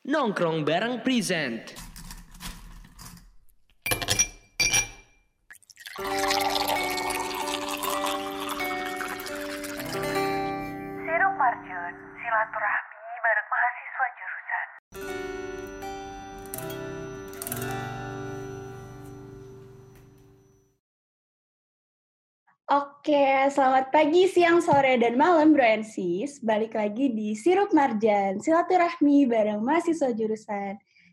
Nongkrong bareng present. Sirup Marjun, silaturahmi bareng mahasiswa jurusan. Oke, selamat pagi, siang, sore, dan malam Bro and Sis. Balik lagi di Sirup Marjan, silaturahmi bareng mahasiswa jurusan.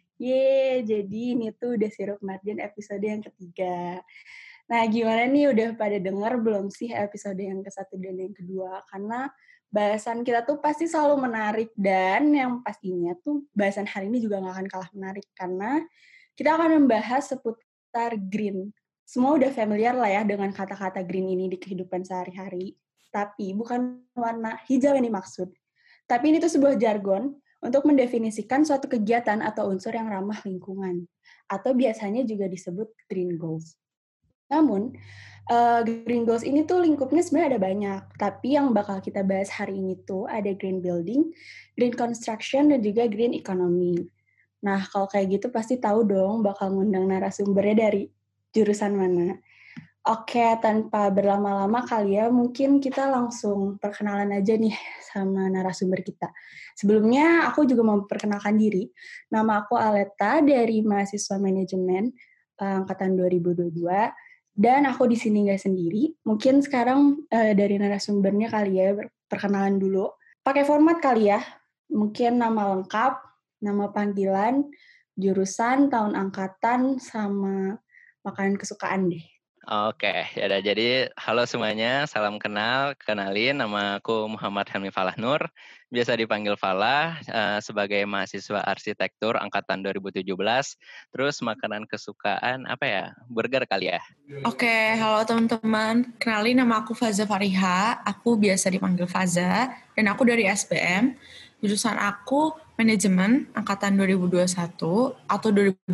Jadi ini tuh udah Sirup Marjan episode yang ketiga. Nah, gimana nih, udah pada denger belum sih episode yang ke-1 dan yang kedua? Karena bahasan kita tuh pasti selalu menarik, dan yang pastinya tuh bahasan hari ini juga gak akan kalah menarik, karena kita akan membahas seputar green. Semua udah familiar lah ya dengan kata-kata green ini di kehidupan sehari-hari. Tapi bukan warna hijau yang dimaksud. Tapi ini tuh sebuah jargon untuk mendefinisikan suatu kegiatan atau unsur yang ramah lingkungan. Atau biasanya juga disebut green goals. Namun, green goals ini tuh lingkupnya sebenarnya ada banyak. Tapi yang bakal kita bahas hari ini tuh ada green building, green construction, dan juga green economy. Nah, kalau kayak gitu pasti tahu dong bakal ngundang narasumbernya dari jurusan mana. Oke, tanpa berlama-lama kali ya, mungkin kita langsung perkenalan aja nih sama narasumber kita. Sebelumnya, aku juga mau memperkenalkan diri. Nama aku Aleta dari mahasiswa manajemen angkatan 2022, dan aku di sini nggak sendiri. Mungkin sekarang dari narasumbernya kali ya, perkenalan dulu. Pakai format kali ya, mungkin nama lengkap, nama panggilan, jurusan, tahun angkatan, sama makanan kesukaan deh. Oke, yaudah. Jadi halo semuanya, salam kenal. Kenalin, nama aku Muhammad Helmi Falah Nur, biasa dipanggil Falah, sebagai mahasiswa arsitektur angkatan 2017. Terus makanan kesukaan apa ya? Burger kali ya? Oke, halo teman-teman. Kenalin, nama aku Faza Fariha. Aku biasa dipanggil Faza, dan aku dari SBM. Jurusan aku manajemen angkatan 2021 atau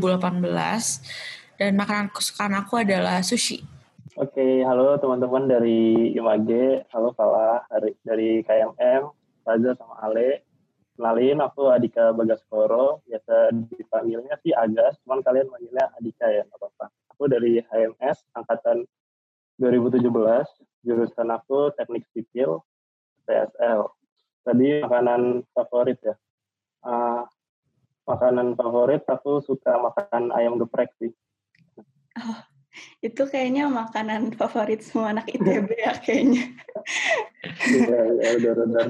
2018. Dan makanan kesukaan aku adalah sushi. Oke, halo teman-teman dari IMAG. Halo Falah, dari KMM, Faza sama Ale. Kenalin, aku Adika Bagaskoro. Biasa dipanggilnya sih Agas, cuman kalian manggilnya Adika ya, nggak apa-apa. Aku dari HMS, angkatan 2017. Jurusan aku teknik sipil, TSL. Tadi makanan favorit ya. Makanan favorit aku suka makan ayam geprek sih. Oh, itu kayaknya makanan favorit semua anak ITB ya kayaknya. Iya, benar.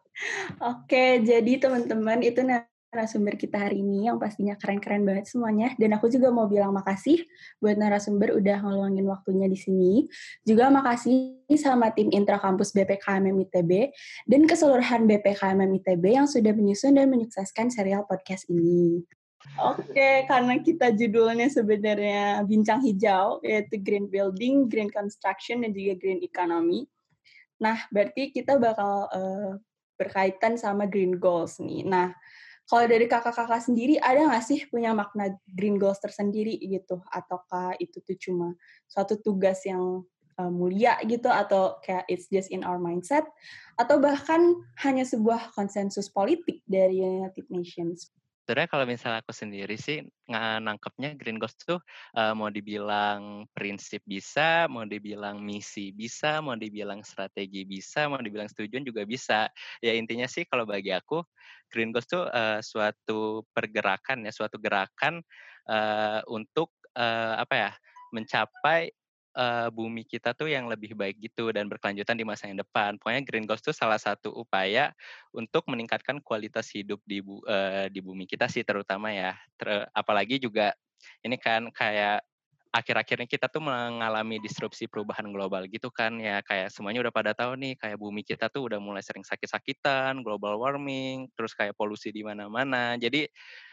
Oke, jadi teman-teman itu narasumber kita hari ini yang pastinya keren-keren banget semuanya. Dan aku juga mau bilang makasih buat narasumber udah ngeluangin waktunya di sini. Juga makasih sama tim Intra Kampus BPKMM ITB dan keseluruhan BPKMM ITB yang sudah menyusun dan menyukseskan serial podcast ini. Oke, karena kita judulnya sebenarnya bincang hijau, yaitu green building, green construction, dan juga green economy. Nah, berarti kita bakal berkaitan sama green goals nih. Nah, kalau dari kakak-kakak sendiri, ada nggak sih punya makna green goals tersendiri gitu? Ataukah itu tuh cuma suatu tugas yang mulia gitu, atau kayak it's just in our mindset, atau bahkan hanya sebuah konsensus politik dari United Nations? Sebenarnya kalau misalnya aku sendiri sih nangkepnya green goals tuh mau dibilang prinsip bisa, mau dibilang misi bisa, mau dibilang strategi bisa, mau dibilang tujuan juga bisa. Ya intinya sih kalau bagi aku green goals tuh suatu pergerakan ya, suatu gerakan untuk mencapai bumi kita tuh yang lebih baik gitu dan berkelanjutan di masa yang depan. Pokoknya green goals tuh salah satu upaya untuk meningkatkan kualitas hidup di bumi kita sih terutama ya. Apalagi juga ini kan kayak akhir-akhir ini kita tuh mengalami disrupsi perubahan global gitu kan ya, kayak semuanya udah pada tahu nih kayak bumi kita tuh udah mulai sering sakit-sakitan, global warming, terus kayak polusi di mana-mana. Jadi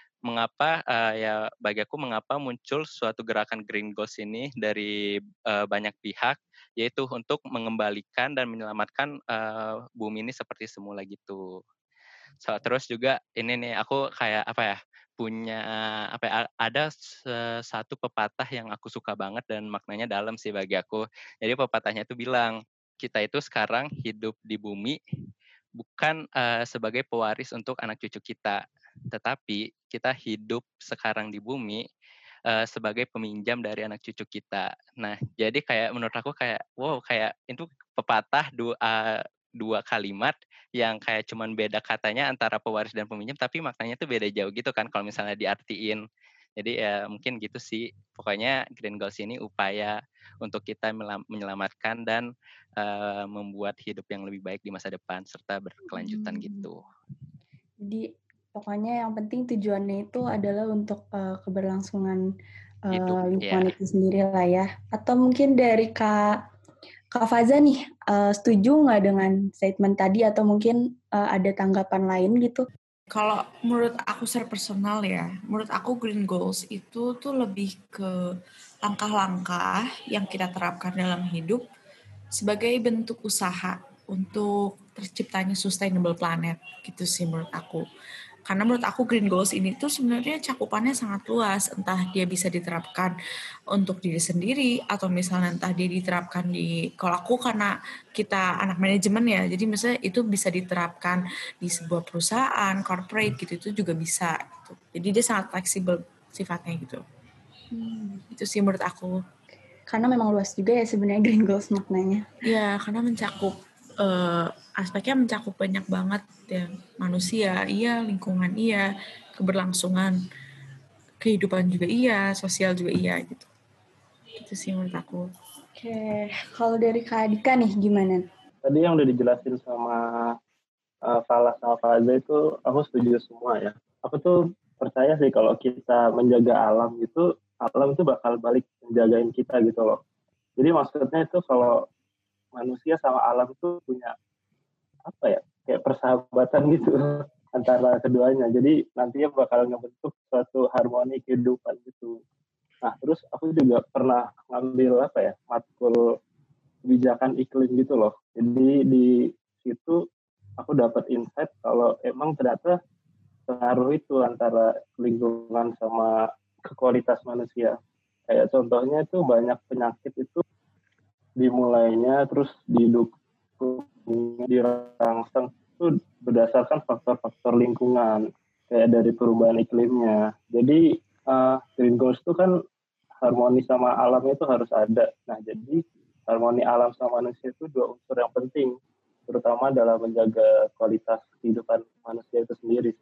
bagi aku mengapa muncul suatu gerakan green goals ini dari banyak pihak, yaitu untuk mengembalikan dan menyelamatkan bumi ini seperti semula gitu. Terus juga ini nih aku kayak punya ada satu pepatah yang aku suka banget dan maknanya dalam sih bagi aku. Jadi pepatahnya itu bilang, kita itu sekarang hidup di bumi bukan sebagai pewaris untuk anak cucu kita. tetapi kita hidup sekarang di bumi sebagai peminjam dari anak cucu kita. Nah, jadi kayak menurut aku kayak wow, kayak itu pepatah dua kalimat yang kayak cuman beda katanya antara pewaris dan peminjam, tapi maknanya tuh beda jauh gitu kan kalau misalnya diartiin. Jadi ya mungkin gitu sih. Pokoknya Green Goals ini upaya untuk kita menyelamatkan dan membuat hidup yang lebih baik di masa depan serta berkelanjutan gitu. Jadi pokoknya yang penting tujuannya itu adalah untuk keberlangsungan Hidup, lingkungan ya. itu sendiri lah ya. Atau mungkin dari Kak Faza nih, setuju nggak dengan statement tadi atau mungkin ada tanggapan lain gitu? Kalau menurut aku secara personal ya, menurut aku Green Goals itu tuh lebih ke langkah-langkah yang kita terapkan dalam hidup sebagai bentuk usaha untuk terciptanya sustainable planet gitu sih menurut aku. Karena menurut aku Green Goals ini tuh sebenarnya cakupannya sangat luas, entah dia bisa diterapkan untuk diri sendiri atau misalnya entah dia diterapkan kalau aku karena kita anak manajemen ya, jadi misalnya itu bisa diterapkan di sebuah perusahaan, corporate gitu, itu juga bisa gitu. Jadi dia sangat fleksibel sifatnya gitu. Itu sih menurut aku. Karena memang luas juga ya sebenarnya Green Goals maknanya. Ya, karena mencakup aspeknya mencakup banyak banget ya, manusia, iya, lingkungan, iya, keberlangsungan, kehidupan juga iya, sosial juga iya gitu. Itu sih menurut aku. Oke, kalau dari Kak Adika nih gimana? Tadi yang udah dijelasin sama Falah sama Faza itu aku setuju semua ya. Aku tuh percaya sih kalau kita menjaga alam itu bakal balik menjagain kita gitu loh. Jadi maksudnya itu kalau manusia sama alam itu punya apa ya, kayak persahabatan gitu antara keduanya. Jadi nantinya bakal ngebentuk suatu harmoni kehidupan gitu. Nah, terus aku juga pernah ngambil matkul kebijakan iklim gitu loh. Jadi di situ aku dapat insight kalau emang ternyata pengaruh itu antara lingkungan sama kualitas manusia. Kayak contohnya itu banyak penyakit itu dimulainya terus didukung, dirangsang itu berdasarkan faktor-faktor lingkungan kayak dari perubahan iklimnya. Jadi Green Goals itu kan harmoni sama alamnya itu harus ada. Nah, jadi harmoni alam sama manusia itu dua unsur yang penting, terutama dalam menjaga kualitas kehidupan manusia itu sendiri.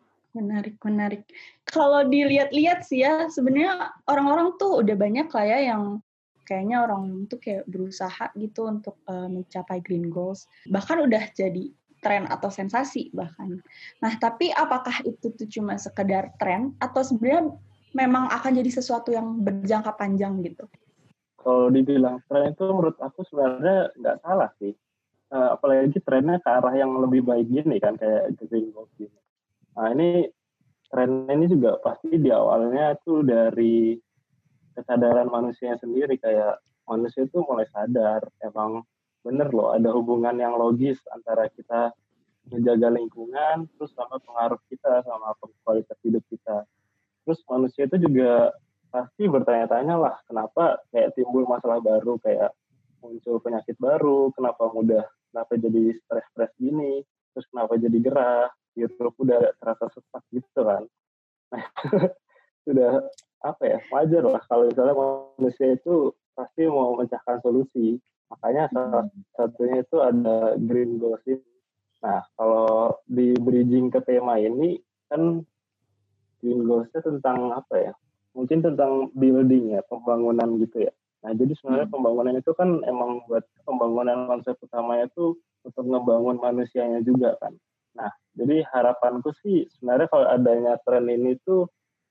Menarik. Kalau dilihat-lihat sih ya, sebenarnya orang-orang tuh udah banyak lah ya yang kayaknya orang tuh kayak berusaha gitu untuk mencapai Green Goals. Bahkan udah jadi tren atau sensasi bahkan. Nah, tapi apakah itu tuh cuma sekedar tren atau sebenarnya memang akan jadi sesuatu yang berjangka panjang gitu? Kalau dibilang tren itu menurut aku sebenarnya nggak salah sih. Apalagi trennya ke arah yang lebih baik gini kan, kayak Green Goals gini. Nah, ini tren ini juga pasti di awalnya tuh dari kesadaran manusia sendiri, kayak manusia itu mulai sadar emang bener loh ada hubungan yang logis antara kita menjaga lingkungan terus sama pengaruh kita sama kualitas hidup kita. Terus manusia itu juga pasti bertanya-tanya lah kenapa kayak timbul masalah baru, kayak muncul penyakit baru, kenapa jadi stres gini, terus kenapa jadi gerah, hidup udah terasa sesak gitu kan. Nah, sudah wajar lah kalau misalnya manusia itu pasti mau memecahkan solusi. Makanya salah satunya itu ada Green Goals ini. Nah, kalau di bridging ke tema ini kan Green Goals-nya tentang mungkin tentang building ya, pembangunan gitu ya. Nah, jadi sebenarnya pembangunan itu kan emang buat pembangunan konsep utamanya itu untuk ngebangun manusianya juga kan. Nah, jadi harapanku sih sebenarnya kalau adanya tren ini tuh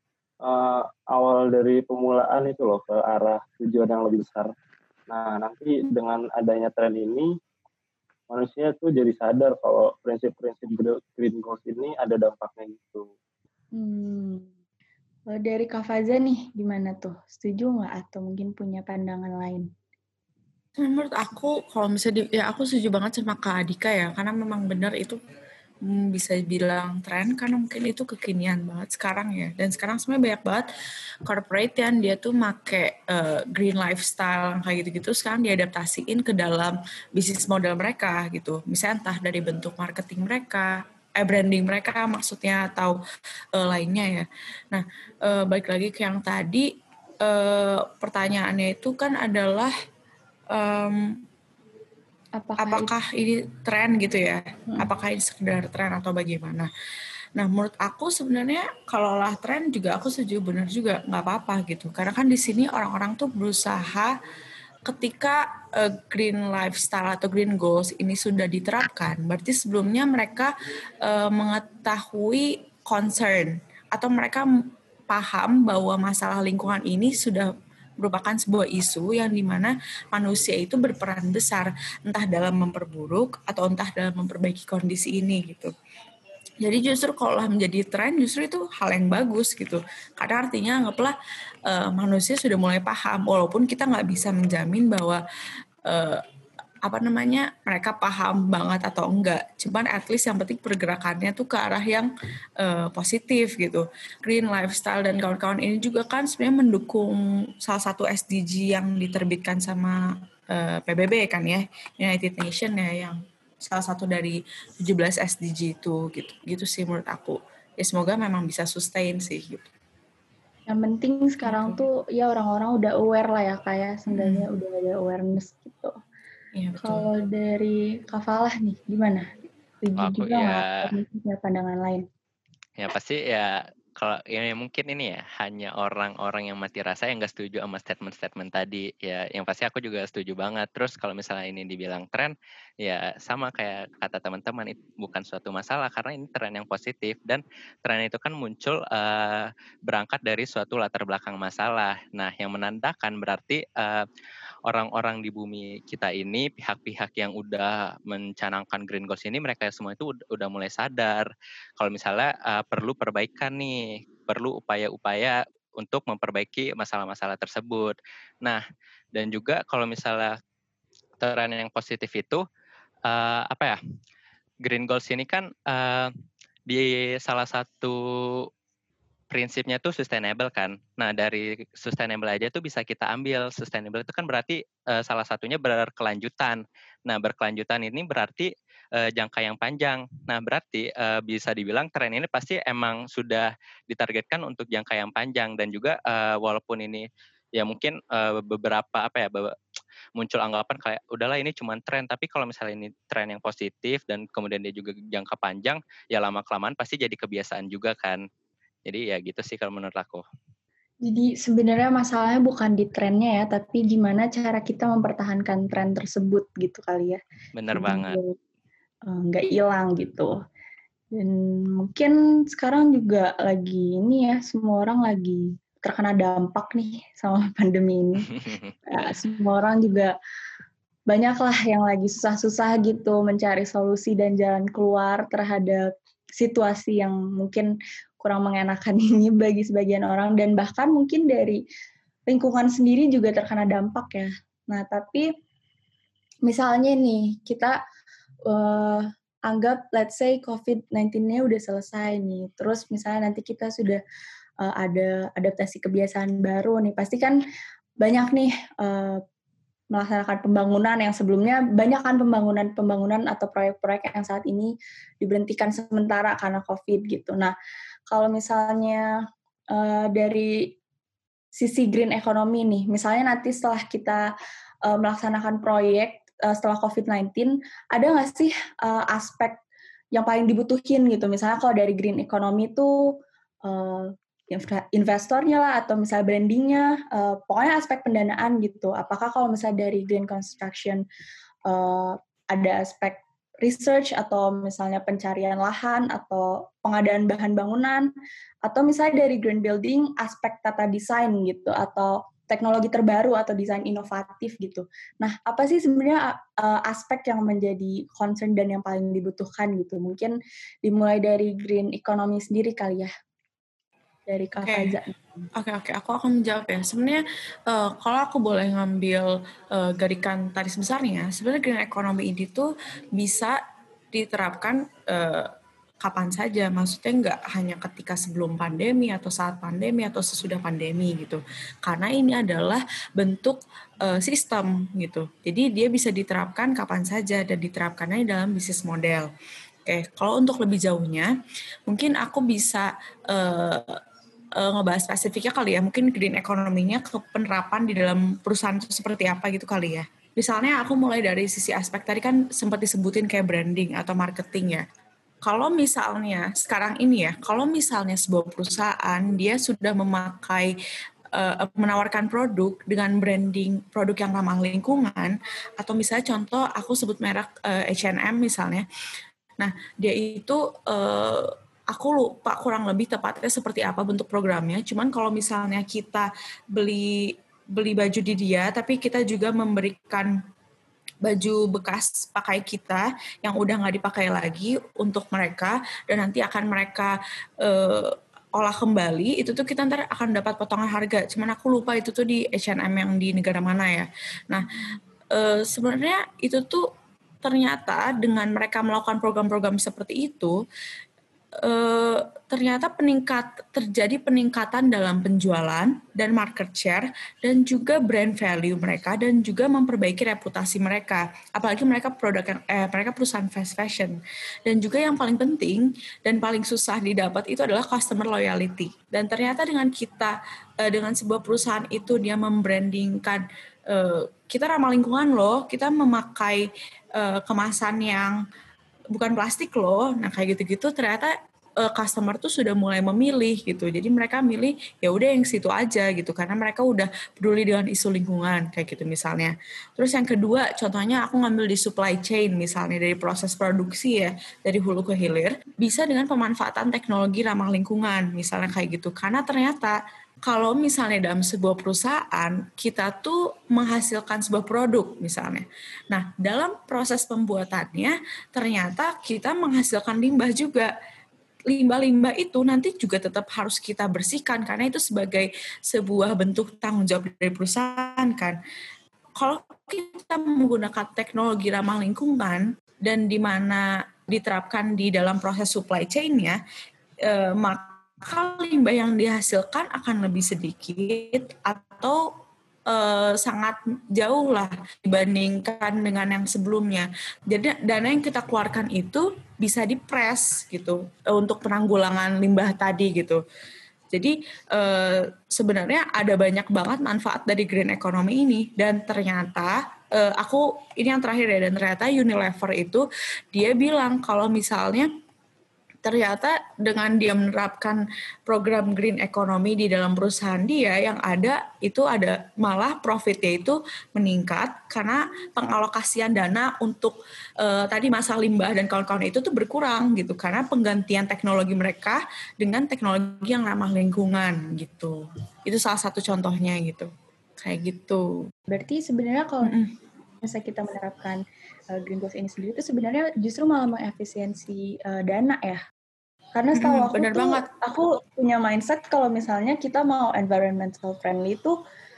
awal dari pemulaan itu loh ke arah tujuan yang lebih besar. Nah, nanti dengan adanya tren ini, manusia tuh jadi sadar kalau prinsip-prinsip Green Goals ini ada dampaknya gitu. Dari Kak Faza nih, gimana tuh? Setuju nggak atau mungkin punya pandangan lain? Menurut aku, kalau misalnya aku setuju banget sama Kak Adika ya, karena memang benar itu bisa dibilang tren karena mungkin itu kekinian banget sekarang ya. Dan sekarang sebenarnya banyak banget corporate yang dia tuh make green lifestyle kayak gitu-gitu sekarang diadaptasiin ke dalam bisnis model mereka gitu. Misalnya entah dari bentuk marketing mereka branding mereka maksudnya atau lainnya ya. Nah, balik lagi ke yang tadi, pertanyaannya itu kan adalah apakah ini tren gitu ya? Apakah ini sekedar tren atau bagaimana? Nah, menurut aku sebenarnya kalau lah tren juga aku setuju, benar juga, nggak apa-apa gitu. Karena kan di sini orang-orang tuh berusaha ketika green lifestyle atau green goals ini sudah diterapkan, berarti sebelumnya mereka mengetahui concern atau mereka paham bahwa masalah lingkungan ini sudah merupakan sebuah isu yang dimana manusia itu berperan besar entah dalam memperburuk atau entah dalam memperbaiki kondisi ini gitu. Jadi justru kalau menjadi tren justru itu hal yang bagus gitu. Karena artinya anggaplah manusia sudah mulai paham walaupun kita nggak bisa menjamin bahwa mereka paham banget atau enggak. Cuman at least yang penting pergerakannya tuh ke arah yang positif gitu. Green lifestyle dan kawan-kawan ini juga kan sebenarnya mendukung salah satu SDG yang diterbitkan sama PBB kan ya, United Nations ya, yang salah satu dari 17 SDG itu gitu sih menurut aku. Ya semoga memang bisa sustain sih gitu. Yang penting sekarang tuh ya orang-orang udah aware lah ya, kayak seenggaknya udah ada awareness gitu. Iya, betul. Kalau dari Kak Falah nih gimana? Setuju juga nggak? Punya pandangan lain? Ya pasti ya, kalau ya mungkin ini ya hanya orang-orang yang mati rasa yang nggak setuju sama statement-statement tadi ya, yang pasti aku juga setuju banget. Terus kalau misalnya ini dibilang tren, ya sama kayak kata teman-teman, itu bukan suatu masalah karena ini tren yang positif, dan tren itu kan muncul berangkat dari suatu latar belakang masalah. Nah, yang menandakan berarti orang-orang di bumi kita ini, pihak-pihak yang udah mencanangkan green goals ini, mereka semua itu udah mulai sadar kalau misalnya perlu perbaikan nih, perlu upaya-upaya untuk memperbaiki masalah-masalah tersebut. Nah, dan juga kalau misalnya tren yang positif itu green goals ini kan di salah satu prinsipnya tuh sustainable kan. Nah, dari sustainable aja tuh bisa kita ambil. Sustainable itu kan berarti salah satunya berkelanjutan. Nah, berkelanjutan ini berarti jangka yang panjang. Nah, berarti bisa dibilang tren ini pasti emang sudah ditargetkan untuk jangka yang panjang, dan juga walaupun ini ya mungkin beberapa muncul anggapan kayak udahlah ini cuma tren, tapi kalau misalnya ini tren yang positif dan kemudian dia juga jangka panjang, ya lama-kelamaan pasti jadi kebiasaan juga kan. Jadi ya gitu sih kalau menurut aku. Jadi sebenarnya masalahnya bukan di trennya ya, tapi gimana cara kita mempertahankan tren tersebut gitu kali ya. Bener banget. Nggak hilang gitu. Dan mungkin sekarang juga lagi ini ya, semua orang lagi terkena dampak nih sama pandemi ini. Semua orang juga banyak lah yang lagi susah-susah gitu mencari solusi dan jalan keluar terhadap situasi yang mungkin kurang mengenakan ini bagi sebagian orang, dan bahkan mungkin dari lingkungan sendiri juga terkena dampak ya. Nah, tapi misalnya nih kita anggap let's say COVID-19-nya udah selesai nih, terus misalnya nanti kita sudah ada adaptasi kebiasaan baru nih, pasti kan banyak nih melaksanakan pembangunan yang sebelumnya, banyak kan pembangunan atau proyek-proyek yang saat ini diberhentikan sementara karena COVID gitu. Nah, kalau misalnya dari sisi green economy nih, misalnya nanti setelah kita melaksanakan proyek setelah COVID-19, ada nggak sih aspek yang paling dibutuhin gitu? Misalnya kalau dari green economy itu investornya lah, atau misalnya brandingnya, pokoknya aspek pendanaan gitu. Apakah kalau misalnya dari green construction ada aspek research atau misalnya pencarian lahan atau pengadaan bahan bangunan, atau misalnya dari green building aspek tata desain gitu, atau teknologi terbaru atau desain inovatif gitu. Nah, apa sih sebenarnya aspek yang menjadi concern dan yang paling dibutuhkan gitu? Mungkin dimulai dari green economy sendiri kali ya, dari Kak Faza. Oke, aku akan menjawab ya. Sebenarnya kalau aku boleh ngambil garikan taris besarnya, sebenarnya green economy ini tuh bisa diterapkan kapan saja. Maksudnya nggak hanya ketika sebelum pandemi atau saat pandemi atau sesudah pandemi gitu. Karena ini adalah bentuk sistem gitu. Jadi dia bisa diterapkan kapan saja dan diterapkannya dalam bisnis model. Oke, kalau untuk lebih jauhnya, mungkin aku bisa ngebahas spesifiknya kali ya, mungkin green economy-nya ke penerapan di dalam perusahaan itu seperti apa gitu kali ya. Misalnya aku mulai dari sisi aspek tadi kan sempat disebutin kayak branding atau marketing ya. Kalau misalnya sekarang ini ya, kalau misalnya sebuah perusahaan dia sudah menawarkan produk dengan branding produk yang ramah lingkungan, atau misalnya contoh aku sebut merek H&M misalnya. Nah, dia itu aku lupa kurang lebih tepatnya seperti apa bentuk programnya. Cuman kalau misalnya kita beli baju di dia, tapi kita juga memberikan baju bekas pakai kita yang udah nggak dipakai lagi untuk mereka, dan nanti akan mereka olah kembali, itu tuh kita ntar akan dapat potongan harga. Cuman aku lupa itu tuh di H&M yang di negara mana ya. Nah, sebenarnya itu tuh ternyata dengan mereka melakukan program-program seperti itu, ternyata terjadi peningkatan dalam penjualan dan market share dan juga brand value mereka, dan juga memperbaiki reputasi mereka, apalagi mereka mereka perusahaan fast fashion. Dan juga yang paling penting dan paling susah didapat itu adalah customer loyalty. Dan ternyata dengan sebuah perusahaan itu dia membrandingkan kita ramah lingkungan loh, kita memakai kemasan yang bukan plastik loh. Nah kayak gitu-gitu ternyata customer tuh sudah mulai memilih gitu. Jadi mereka milih ya udah yang situ aja gitu, karena mereka udah peduli dengan isu lingkungan kayak gitu misalnya. Terus yang kedua, contohnya aku ngambil di supply chain misalnya, dari proses produksi ya, dari hulu ke hilir, bisa dengan pemanfaatan teknologi ramah lingkungan misalnya kayak gitu. Karena ternyata kalau misalnya dalam sebuah perusahaan, kita tuh menghasilkan sebuah produk misalnya. Nah, dalam proses pembuatannya, ternyata kita menghasilkan limbah juga. Limbah-limbah itu nanti juga tetap harus kita bersihkan, karena itu sebagai sebuah bentuk tanggung jawab dari perusahaan kan. Kalau kita menggunakan teknologi ramah lingkungan, dan di mana diterapkan di dalam proses supply chain-nya, maka limbah yang dihasilkan akan lebih sedikit atau sangat jauh lah dibandingkan dengan yang sebelumnya. Jadi dana yang kita keluarkan itu bisa dipres gitu untuk penanggulangan limbah tadi gitu. Jadi sebenarnya ada banyak banget manfaat dari green economy ini, dan ternyata ini yang terakhir ya, dan ternyata Unilever itu dia bilang kalau misalnya ternyata dengan dia menerapkan program green economy di dalam perusahaan dia, yang ada itu ada malah profitnya itu meningkat karena pengalokasian dana untuk tadi masalah limbah dan kawan-kawan itu tuh berkurang gitu, karena penggantian teknologi mereka dengan teknologi yang ramah lingkungan gitu. Itu salah satu contohnya gitu. Kayak gitu. Berarti sebenarnya kalau misalnya kita menerapkan green growth ini sendiri itu sebenarnya justru malah mengefisiensi dana ya. Karena setahu aku bener tuh, banget. aku punya mindset kalau misalnya kita mau environmental friendly itu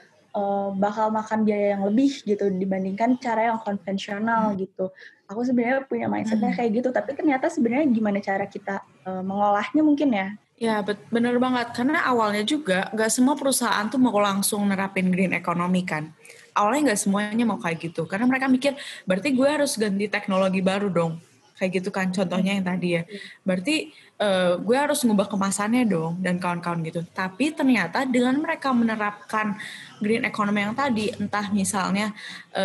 bakal makan biaya yang lebih gitu dibandingkan cara yang konvensional gitu. Aku sebenarnya punya mindsetnya kayak gitu, tapi ternyata sebenarnya gimana cara kita mengolahnya mungkin ya. Ya, bener banget. Karena awalnya juga nggak semua perusahaan tuh mau langsung nerapin green economy kan. Awalnya nggak semuanya mau kayak gitu. Karena mereka mikir, berarti gue harus ganti teknologi baru dong. Kayak gitu kan contohnya yang tadi ya. Berarti gue harus ngubah kemasannya dong dan kawan-kawan gitu. Tapi ternyata dengan mereka menerapkan green economy yang tadi, entah misalnya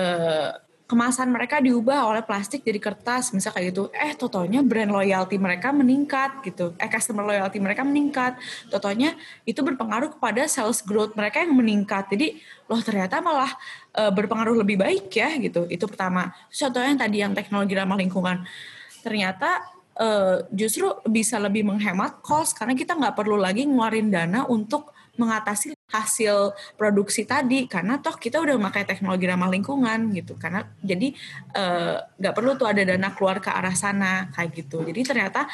kemasan mereka diubah oleh plastik jadi kertas, misal kayak gitu. Totonya brand loyalty mereka meningkat gitu. Customer loyalty mereka meningkat. Totonya itu berpengaruh kepada sales growth mereka yang meningkat. Jadi, loh ternyata malah berpengaruh lebih baik ya gitu. Itu pertama. Contohnya yang tadi yang teknologi ramah lingkungan. Ternyata justru bisa lebih menghemat cost karena kita nggak perlu lagi ngeluarin dana untuk mengatasi hasil produksi tadi, karena toh kita udah memakai teknologi ramah lingkungan gitu, karena jadi nggak perlu tuh ada dana keluar ke arah sana kayak gitu. Jadi ternyata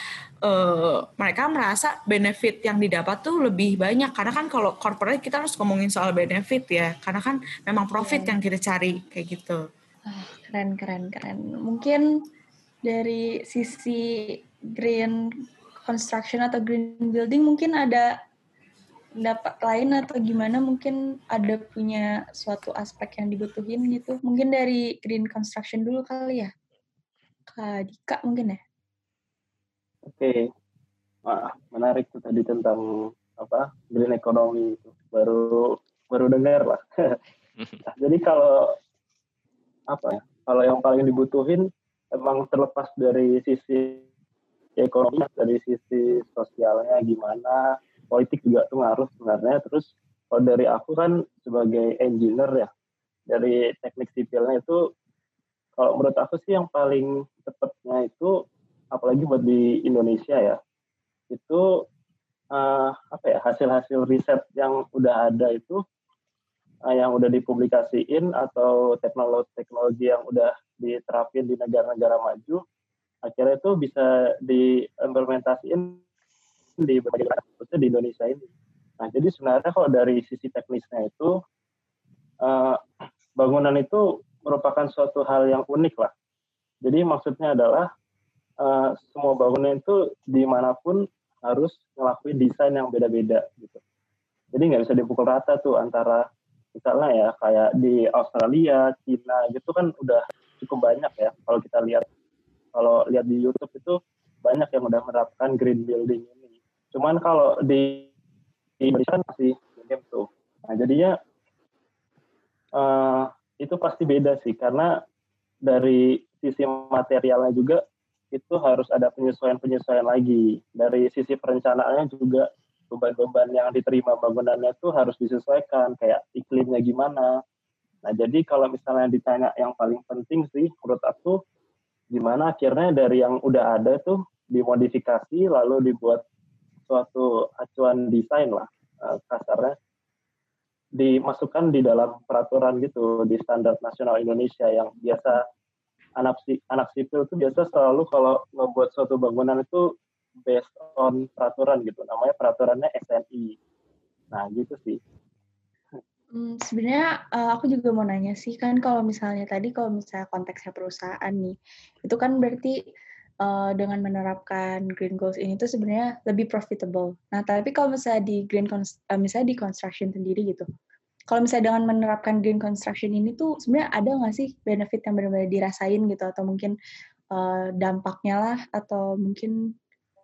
mereka merasa benefit yang didapat tuh lebih banyak, karena kan kalau corporate kita harus ngomongin soal benefit ya, karena kan memang profit yang kita cari kayak gitu. Keren. Mungkin dari sisi green construction atau green building mungkin ada pendapat lain atau gimana, mungkin ada punya suatu aspek yang dibutuhin gitu. Mungkin dari green construction dulu kali ya. Kak Dika mungkin ya? Oke. Wah, menarik tuh tadi tentang green economy itu. Baru dengar lah. Nah, jadi kalau kalau yang paling dibutuhin emang terlepas dari sisi ekonomi, dari sisi sosialnya gimana, politik juga tuh ngaruh sebenarnya. Terus kalau dari aku kan sebagai engineer ya, dari teknik sipilnya itu, kalau menurut aku sih yang paling cepatnya itu, apalagi buat di Indonesia ya, itu hasil-hasil riset yang udah ada itu, yang udah dipublikasiin atau teknologi yang udah diterapin di negara-negara maju, akhirnya itu bisa diimplementasiin di berbagai negara, khususnya di Indonesia ini. Nah, jadi sebenarnya kalau dari sisi teknisnya itu, bangunan itu merupakan suatu hal yang unik lah. Jadi maksudnya adalah semua bangunan itu dimanapun harus ngelakuin desain yang beda-beda gitu. Jadi nggak bisa dipukul rata tuh antara misalnya ya kayak di Australia, Cina gitu kan udah cukup banyak ya kalau lihat di YouTube itu banyak yang udah menerapkan green building ini. Cuman kalau di Indonesia kan masih minim tuh. Nah jadinya itu pasti beda sih karena dari sisi materialnya juga itu harus ada penyesuaian lagi. Dari sisi perencanaannya juga beban-beban yang diterima bangunannya itu harus disesuaikan, kayak iklimnya gimana. Nah, jadi kalau misalnya ditanya yang paling penting sih, menurut aku, gimana akhirnya dari yang udah ada tuh dimodifikasi, lalu dibuat suatu acuan desain lah, kasarnya, dimasukkan di dalam peraturan gitu, di standar nasional Indonesia yang biasa anak sipil itu biasa selalu kalau ngebuat suatu bangunan itu based on peraturan gitu, namanya peraturannya SNI. Nah gitu sih. Sebenarnya aku juga mau nanya sih, kan kalau misalnya konteksnya perusahaan nih, itu kan berarti dengan menerapkan green goals ini tuh sebenarnya lebih profitable. Nah, tapi kalau misalnya misalnya di construction sendiri gitu, kalau misalnya dengan menerapkan green construction ini tuh sebenarnya ada nggak sih benefit yang benar-benar dirasain gitu, atau mungkin dampaknya lah, atau mungkin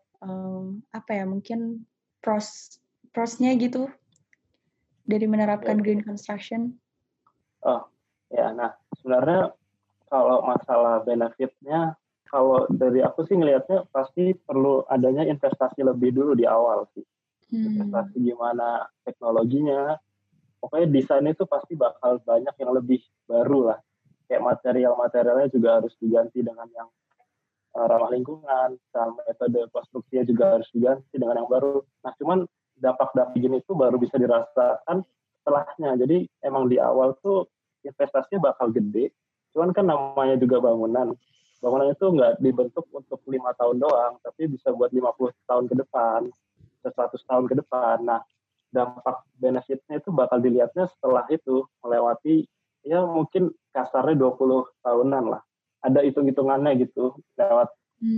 mungkin prosnya gitu dari menerapkan green construction? Oh ya, nah sebenarnya kalau masalah benefitnya, kalau dari aku sih ngelihatnya pasti perlu adanya investasi lebih dulu di awal sih. Investasi gimana teknologinya, pokoknya desain itu pasti bakal banyak yang lebih baru lah. Kayak materialnya juga harus diganti dengan yang ramah lingkungan, sama metode konstruksinya juga harus diganti dengan yang baru. Nah, cuman dampak-dampak gini itu baru bisa dirasakan setelahnya. Jadi emang di awal tuh investasinya bakal gede, cuman kan namanya juga bangunan. Bangunan itu nggak dibentuk untuk 5 tahun doang, tapi bisa buat 50 tahun ke depan, 100 tahun ke depan. Nah, dampak benefitnya itu bakal dilihatnya setelah itu melewati ya mungkin kasarnya 20 tahunan lah. Ada hitung-hitungannya gitu lewat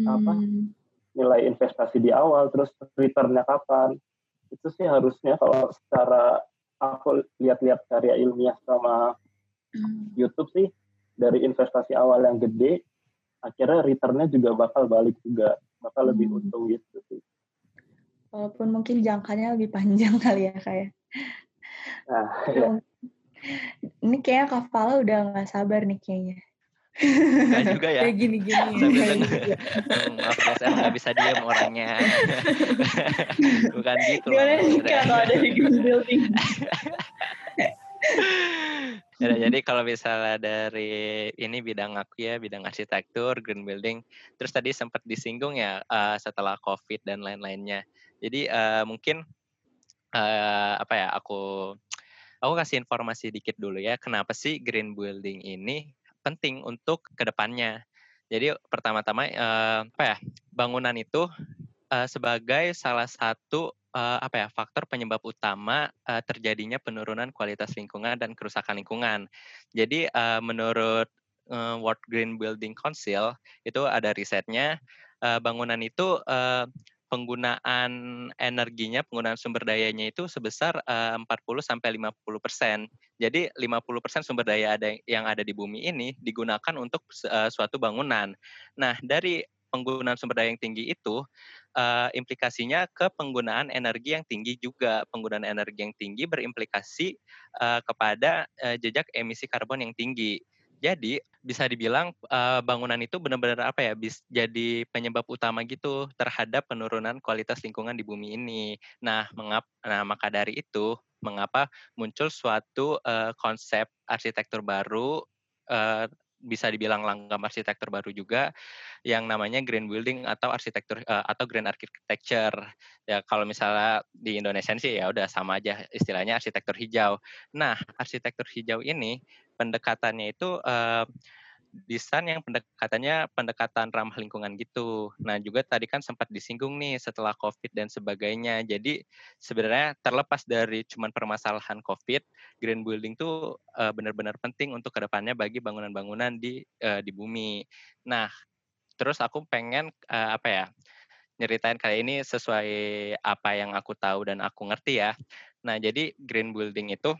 nilai investasi di awal, terus returnnya kapan. Itu sih harusnya kalau secara aku lihat-lihat karya ilmiah sama YouTube sih, dari investasi awal yang gede, akhirnya returnnya juga bakal balik juga, bakal lebih untung gitu sih. Walaupun mungkin jangkanya lebih panjang kali ya kayak. Nah, ya. Ini kayaknya Kak Fala udah nggak sabar nih kayaknya. Enggak juga ya. Kayak gini-gini ya. Sambil denger. Maaf guys, emang nggak bisa diem orangnya. Bukan gitu loh. Gimana nih Kak kalau ada di green building? Ya, jadi kalau misalnya dari ini bidang aku ya, bidang arsitektur, green building, terus tadi sempat disinggung ya setelah COVID dan lain-lainnya. Jadi mungkin aku kasih informasi dikit dulu ya, kenapa sih green building ini penting untuk kedepannya. Jadi pertama-tama bangunan itu sebagai salah satu faktor penyebab utama terjadinya penurunan kualitas lingkungan dan kerusakan lingkungan. Jadi menurut World Green Building Council itu ada risetnya, bangunan itu penggunaan energinya, penggunaan sumber dayanya itu sebesar 40-50%. Jadi 50% sumber daya yang ada di bumi ini digunakan untuk suatu bangunan. Nah, dari penggunaan sumber daya yang tinggi itu implikasinya ke penggunaan energi yang tinggi juga. Penggunaan energi yang tinggi berimplikasi kepada jejak emisi karbon yang tinggi. Jadi bisa dibilang bangunan itu benar-benar apa ya, jadi penyebab utama gitu terhadap penurunan kualitas lingkungan di bumi ini. Nah, maka dari itu mengapa muncul suatu konsep arsitektur baru, bisa dibilang langgam arsitektur baru juga, yang namanya green building atau arsitektur atau green architecture. Ya kalau misalnya di Indonesia sih ya udah sama aja istilahnya arsitektur hijau. Nah, arsitektur hijau ini pendekatannya itu desain yang pendekatan ramah lingkungan gitu. Nah, juga tadi kan sempat disinggung nih setelah COVID dan sebagainya. Jadi sebenarnya terlepas dari cuman permasalahan COVID, green building tuh benar-benar penting untuk kedepannya bagi bangunan-bangunan di bumi. Nah, terus aku pengen nyeritain kali ini sesuai apa yang aku tahu dan aku ngerti ya. Nah, jadi green building itu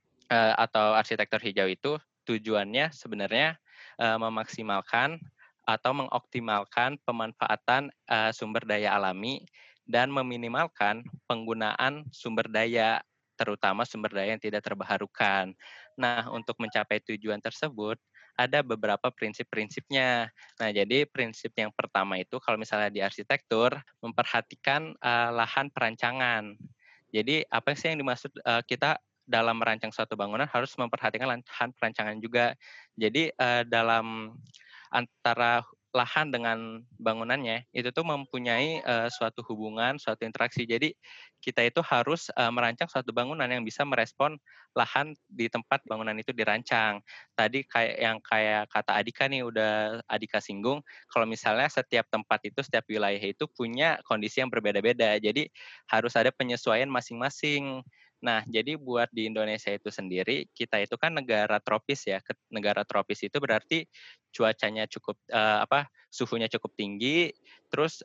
atau arsitektur hijau itu tujuannya sebenarnya memaksimalkan atau mengoptimalkan pemanfaatan sumber daya alami dan meminimalkan penggunaan sumber daya, terutama sumber daya yang tidak terbarukan. Nah, untuk mencapai tujuan tersebut, ada beberapa prinsip-prinsipnya. Nah, jadi prinsip yang pertama itu kalau misalnya di arsitektur, memperhatikan lahan perancangan. Jadi apa sih yang dimaksud kita dalam merancang suatu bangunan harus memperhatikan lahan perancangan juga. Jadi dalam antara lahan dengan bangunannya itu tuh mempunyai suatu hubungan, suatu interaksi. Jadi kita itu harus merancang suatu bangunan yang bisa merespon lahan di tempat bangunan itu dirancang. Tadi kayak kata Adika nih udah Adika singgung, kalau misalnya setiap tempat itu, setiap wilayah itu punya kondisi yang berbeda-beda. Jadi harus ada penyesuaian masing-masing. Nah, jadi buat di Indonesia itu sendiri, kita itu kan negara tropis ya. Negara tropis itu berarti cuacanya cukup suhunya cukup tinggi, terus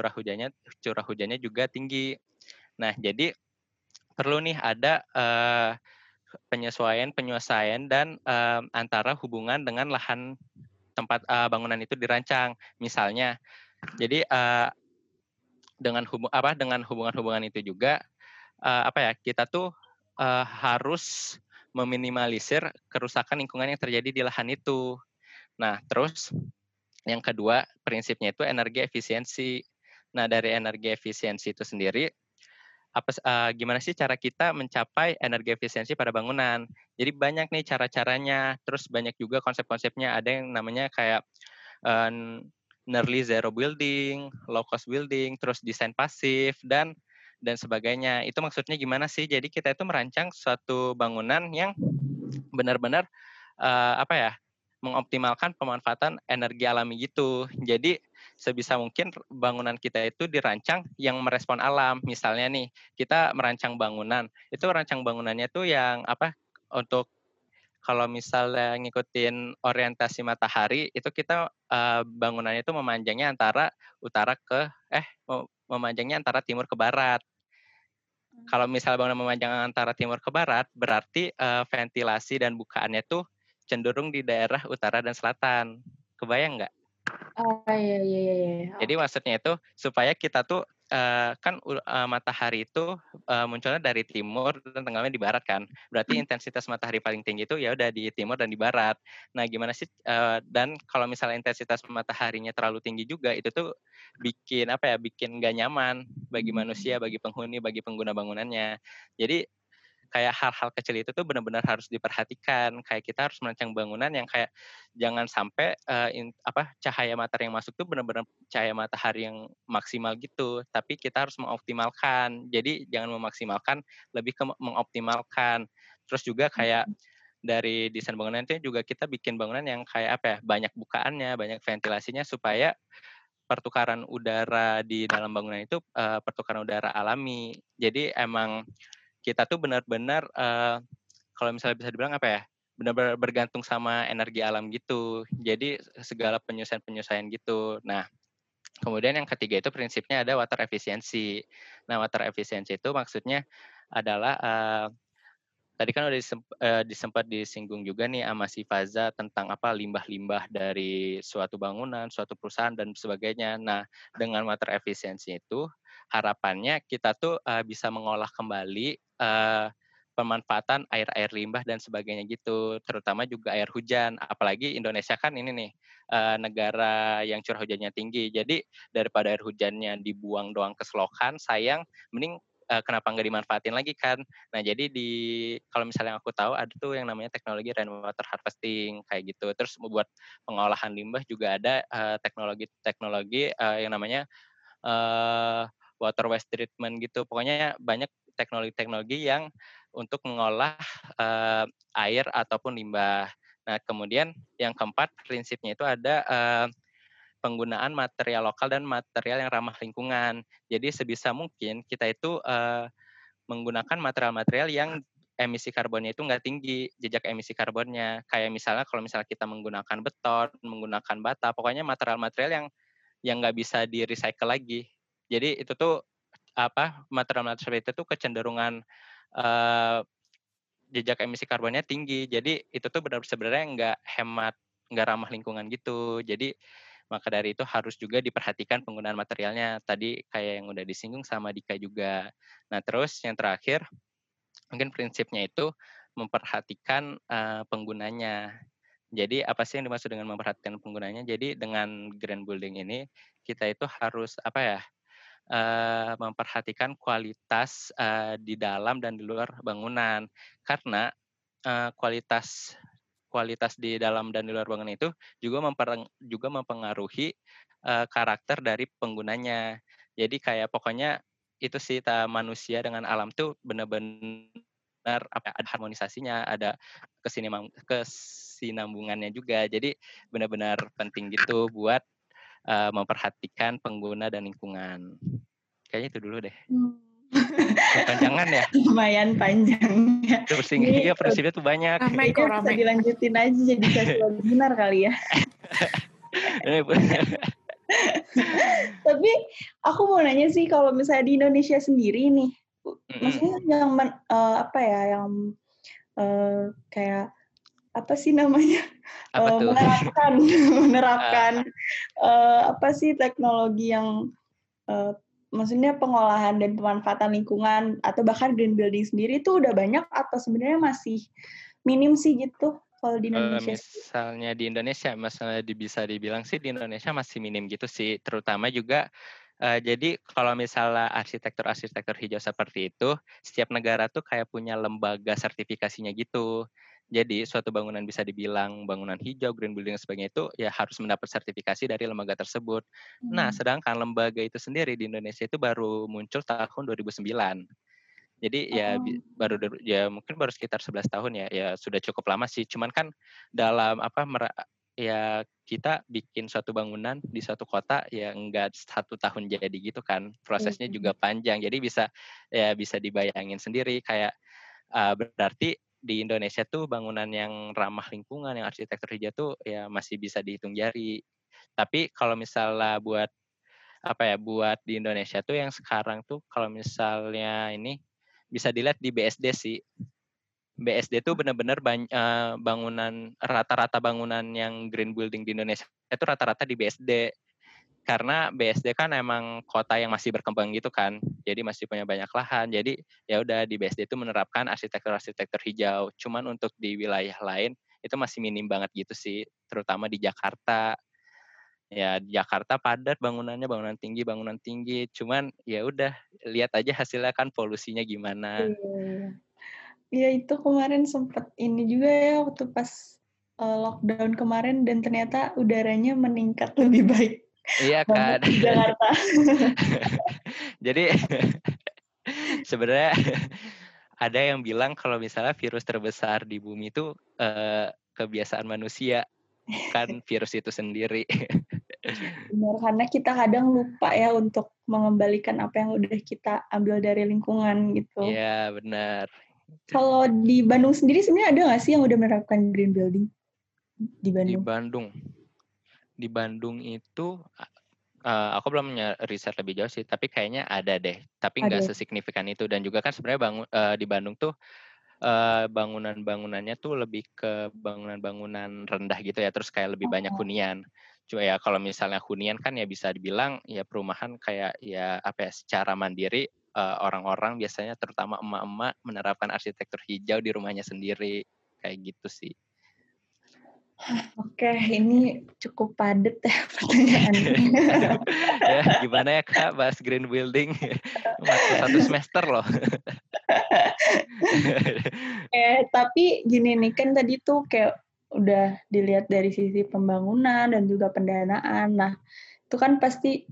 curah hujannya juga tinggi. Nah, jadi perlu nih ada penyesuaian dan antara hubungan dengan lahan tempat bangunan itu dirancang. Misalnya, jadi dengan hubungan-hubungan itu juga kita tuh harus meminimalisir kerusakan lingkungan yang terjadi di lahan itu. Nah, terus yang kedua prinsipnya itu energi efisiensi. Nah, dari energi efisiensi itu sendiri, gimana sih cara kita mencapai energi efisiensi pada bangunan? Jadi banyak nih cara-caranya, terus banyak juga konsep-konsepnya. Ada yang namanya kayak nearly zero building, low cost building, terus desain pasif dan sebagainya. Itu maksudnya gimana sih? Jadi kita itu merancang suatu bangunan yang benar-benar mengoptimalkan pemanfaatan energi alami gitu. Jadi sebisa mungkin bangunan kita itu dirancang yang merespon alam. Misalnya nih, kita merancang bangunan, itu rancang bangunannya tuh yang untuk kalau misalnya ngikutin orientasi matahari, itu kita bangunannya itu memanjangnya antara timur ke barat. Kalau misalnya bangunan memanjang antara timur ke barat, berarti ventilasi dan bukaannya tuh cenderung di daerah utara dan selatan. Kebayang nggak? Oh iya. Jadi maksudnya itu supaya kita tuh matahari itu munculnya dari timur dan tenggelamnya di barat kan. Berarti intensitas matahari paling tinggi itu ya udah di timur dan di barat. Nah, gimana sih dan kalau misalnya intensitas mataharinya terlalu tinggi juga itu tuh bikin nggak nyaman bagi manusia, bagi penghuni, bagi pengguna bangunannya. Jadi kayak hal-hal kecil itu tuh benar-benar harus diperhatikan. Kayak kita harus merancang bangunan yang kayak jangan sampai cahaya matahari yang masuk tuh benar-benar cahaya matahari yang maksimal gitu. Tapi kita harus mengoptimalkan. Jadi jangan memaksimalkan, lebih ke mengoptimalkan. Terus juga kayak dari desain bangunan itu juga kita bikin bangunan yang kayak banyak bukaannya, banyak ventilasinya supaya pertukaran udara di dalam bangunan itu pertukaran udara alami. Jadi emang kita tuh benar-benar kalau misalnya bisa dibilang benar-benar bergantung sama energi alam gitu. Jadi segala penyesuaian-penyesuaian gitu. Nah, kemudian yang ketiga itu prinsipnya ada water efficiency. Nah, water efficiency itu maksudnya adalah tadi kan udah sempat disinggung juga nih sama si Faza tentang limbah-limbah dari suatu bangunan, suatu perusahaan dan sebagainya. Nah, dengan water efficiency itu harapannya kita tuh bisa mengolah kembali pemanfaatan air-air limbah dan sebagainya gitu, terutama juga air hujan. Apalagi Indonesia kan ini nih negara yang curah hujannya tinggi. Jadi daripada air hujannya dibuang doang ke selokan, sayang, mending kenapa nggak dimanfaatin lagi kan? Nah, jadi kalau misalnya aku tahu ada tuh yang namanya teknologi rainwater harvesting kayak gitu. Terus buat pengolahan limbah juga ada teknologi yang namanya water waste treatment gitu. Pokoknya banyak teknologi-teknologi yang untuk mengolah air ataupun limbah. Nah, kemudian yang keempat prinsipnya itu ada penggunaan material lokal dan material yang ramah lingkungan. Jadi sebisa mungkin kita itu menggunakan material-material yang emisi karbonnya itu nggak tinggi, jejak emisi karbonnya. Kayak misalnya kalau misalnya kita menggunakan beton, menggunakan bata, pokoknya material-material yang nggak bisa di-recycle lagi. Jadi itu tuh material-material itu tuh kecenderungan jejak emisi karbonnya tinggi. Jadi itu tuh sebenarnya nggak hemat, nggak ramah lingkungan gitu. Jadi maka dari itu harus juga diperhatikan penggunaan materialnya. Tadi kayak yang udah disinggung sama Dika juga. Nah, terus yang terakhir mungkin prinsipnya itu memperhatikan penggunanya. Jadi apa sih yang dimaksud dengan memperhatikan penggunanya? Jadi dengan green building ini kita itu harus memperhatikan kualitas di dalam dan di luar bangunan. Karena kualitas di dalam dan di luar bangunan itu juga mempengaruhi karakter dari penggunanya. Jadi kayak pokoknya itu sih manusia dengan alam tuh benar-benar ada harmonisasinya, ada kesinambungannya juga. Jadi benar-benar penting gitu buat memperhatikan pengguna dan lingkungan. Kayaknya itu dulu deh. Kepanjangan ya? Lumayan panjang ya. Iya, prinsipnya tuh banyak. Kayaknya bisa dilanjutin aja jadi sesi webinar kali ya. Tapi aku mau nanya sih, kalau misalnya di Indonesia sendiri nih, maksudnya yang kayak apa sih namanya, menerapkan apa sih teknologi yang maksudnya pengolahan dan pemanfaatan lingkungan atau bahkan green building sendiri itu udah banyak atau sebenarnya masih minim sih gitu kalau di Indonesia? Misalnya di Indonesia, bisa dibilang sih di Indonesia masih minim gitu sih, terutama juga jadi kalau misalnya arsitektur hijau seperti itu, setiap negara tuh kayak punya lembaga sertifikasinya gitu. Jadi suatu bangunan bisa dibilang bangunan hijau, green building dan sebagainya itu ya harus mendapat sertifikasi dari lembaga tersebut. Nah, sedangkan lembaga itu sendiri di Indonesia itu baru muncul tahun 2009. Jadi ya mungkin baru sekitar 11 tahun ya. Ya sudah cukup lama sih. Cuman kan dalam ya kita bikin suatu bangunan di suatu kota ya enggak 1 tahun jadi gitu kan. Prosesnya juga panjang. Jadi bisa dibayangin sendiri kayak berarti di Indonesia tuh bangunan yang ramah lingkungan, yang arsitektur hijau tuh ya masih bisa dihitung jari. Tapi kalau misalnya buat di Indonesia tuh yang sekarang tuh kalau misalnya ini bisa dilihat di BSD sih. BSD tuh benar-benar bangunan rata-rata bangunan yang green building di Indonesia itu rata-rata di BSD. Karena BSD kan emang kota yang masih berkembang gitu kan. Jadi masih punya banyak lahan. Jadi ya udah di BSD itu menerapkan arsitektur hijau. Cuman untuk di wilayah lain itu masih minim banget gitu sih, terutama di Jakarta. Ya di Jakarta padat bangunan tinggi. Cuman ya udah lihat aja hasilnya kan polusinya gimana. Iya itu kemarin sempat ini juga ya waktu pas lockdown kemarin dan ternyata udaranya meningkat lebih baik. Iya kan. Di Jakarta. Jadi sebenarnya ada yang bilang kalau misalnya virus terbesar di bumi itu kebiasaan manusia, bukan virus itu sendiri. Benar, karena kita kadang lupa ya untuk mengembalikan apa yang udah kita ambil dari lingkungan gitu. Iya, benar. Kalau di Bandung sendiri sebenarnya ada nggak sih yang udah menerapkan green building di Bandung? Di Bandung itu aku belum riset lebih jauh sih, tapi kayaknya ada deh. Tapi nggak sesignifikan itu. Dan juga kan sebenarnya di Bandung tuh bangunan-bangunannya tuh lebih ke bangunan-bangunan rendah gitu ya, terus kayak lebih banyak hunian. Cuma ya kalau misalnya hunian kan ya bisa dibilang ya perumahan kayak ya apa ya, secara mandiri orang-orang biasanya terutama emak-emak menerapkan arsitektur hijau di rumahnya sendiri, kayak gitu sih. Oke, ini cukup padat ya pertanyaannya. Ya gimana ya Kak, bahas green building, matkul 1 semester loh. Tapi gini nih, kan tadi tuh kayak udah dilihat dari sisi pembangunan dan juga pendanaan. Nah, itu kan pasti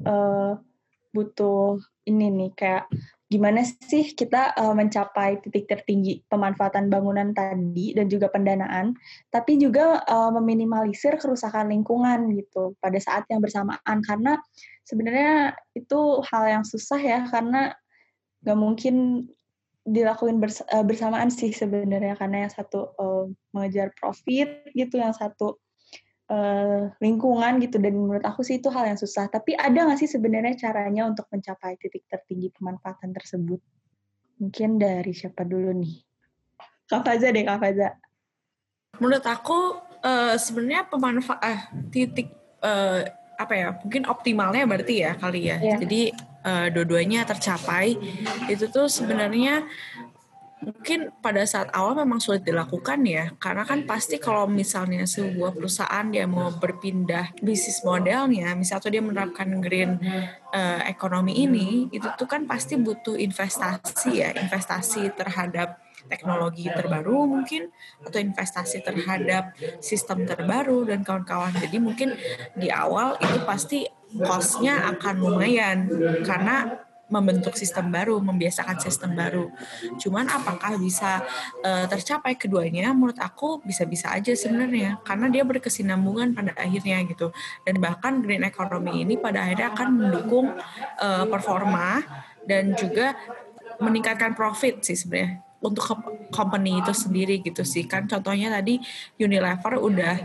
butuh ini nih, kayak gimana sih kita mencapai titik tertinggi pemanfaatan bangunan tadi dan juga pendanaan, tapi juga meminimalisir kerusakan lingkungan gitu pada saat yang bersamaan. Karena sebenarnya itu hal yang susah ya, karena nggak mungkin dilakuin bersamaan sih sebenarnya, karena yang satu mengejar profit gitu, yang satu lingkungan gitu, dan menurut aku sih itu hal yang susah. Tapi ada nggak sih sebenarnya caranya untuk mencapai titik tertinggi pemanfaatan tersebut? Mungkin dari siapa dulu nih? Kak Faza deh, Kak Faza. Menurut aku sebenarnya titik apa ya, mungkin optimalnya berarti ya kali ya. Yeah. Jadi dua-duanya tercapai. Itu tuh sebenarnya mungkin pada saat awal memang sulit dilakukan ya, karena kan pasti kalau misalnya sebuah perusahaan dia mau berpindah bisnis modelnya, misalnya dia menerapkan green ekonomi ini, itu tuh kan pasti butuh investasi terhadap teknologi terbaru mungkin, atau investasi terhadap sistem terbaru dan kawan-kawan. Jadi mungkin di awal itu pasti cost-nya akan lumayan, karena membentuk sistem baru, membiasakan sistem baru. Cuman apakah bisa tercapai keduanya? Menurut aku bisa-bisa aja sebenarnya, karena dia berkesinambungan pada akhirnya gitu. Dan bahkan green economy ini pada akhirnya akan mendukung performa dan juga meningkatkan profit sih sebenarnya untuk company itu sendiri gitu sih. Kan contohnya tadi Unilever udah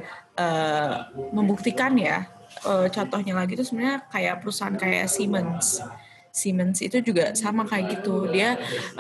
membuktikan ya. Contohnya lagi itu sebenarnya kayak perusahaan kayak Siemens itu juga sama kayak gitu. Dia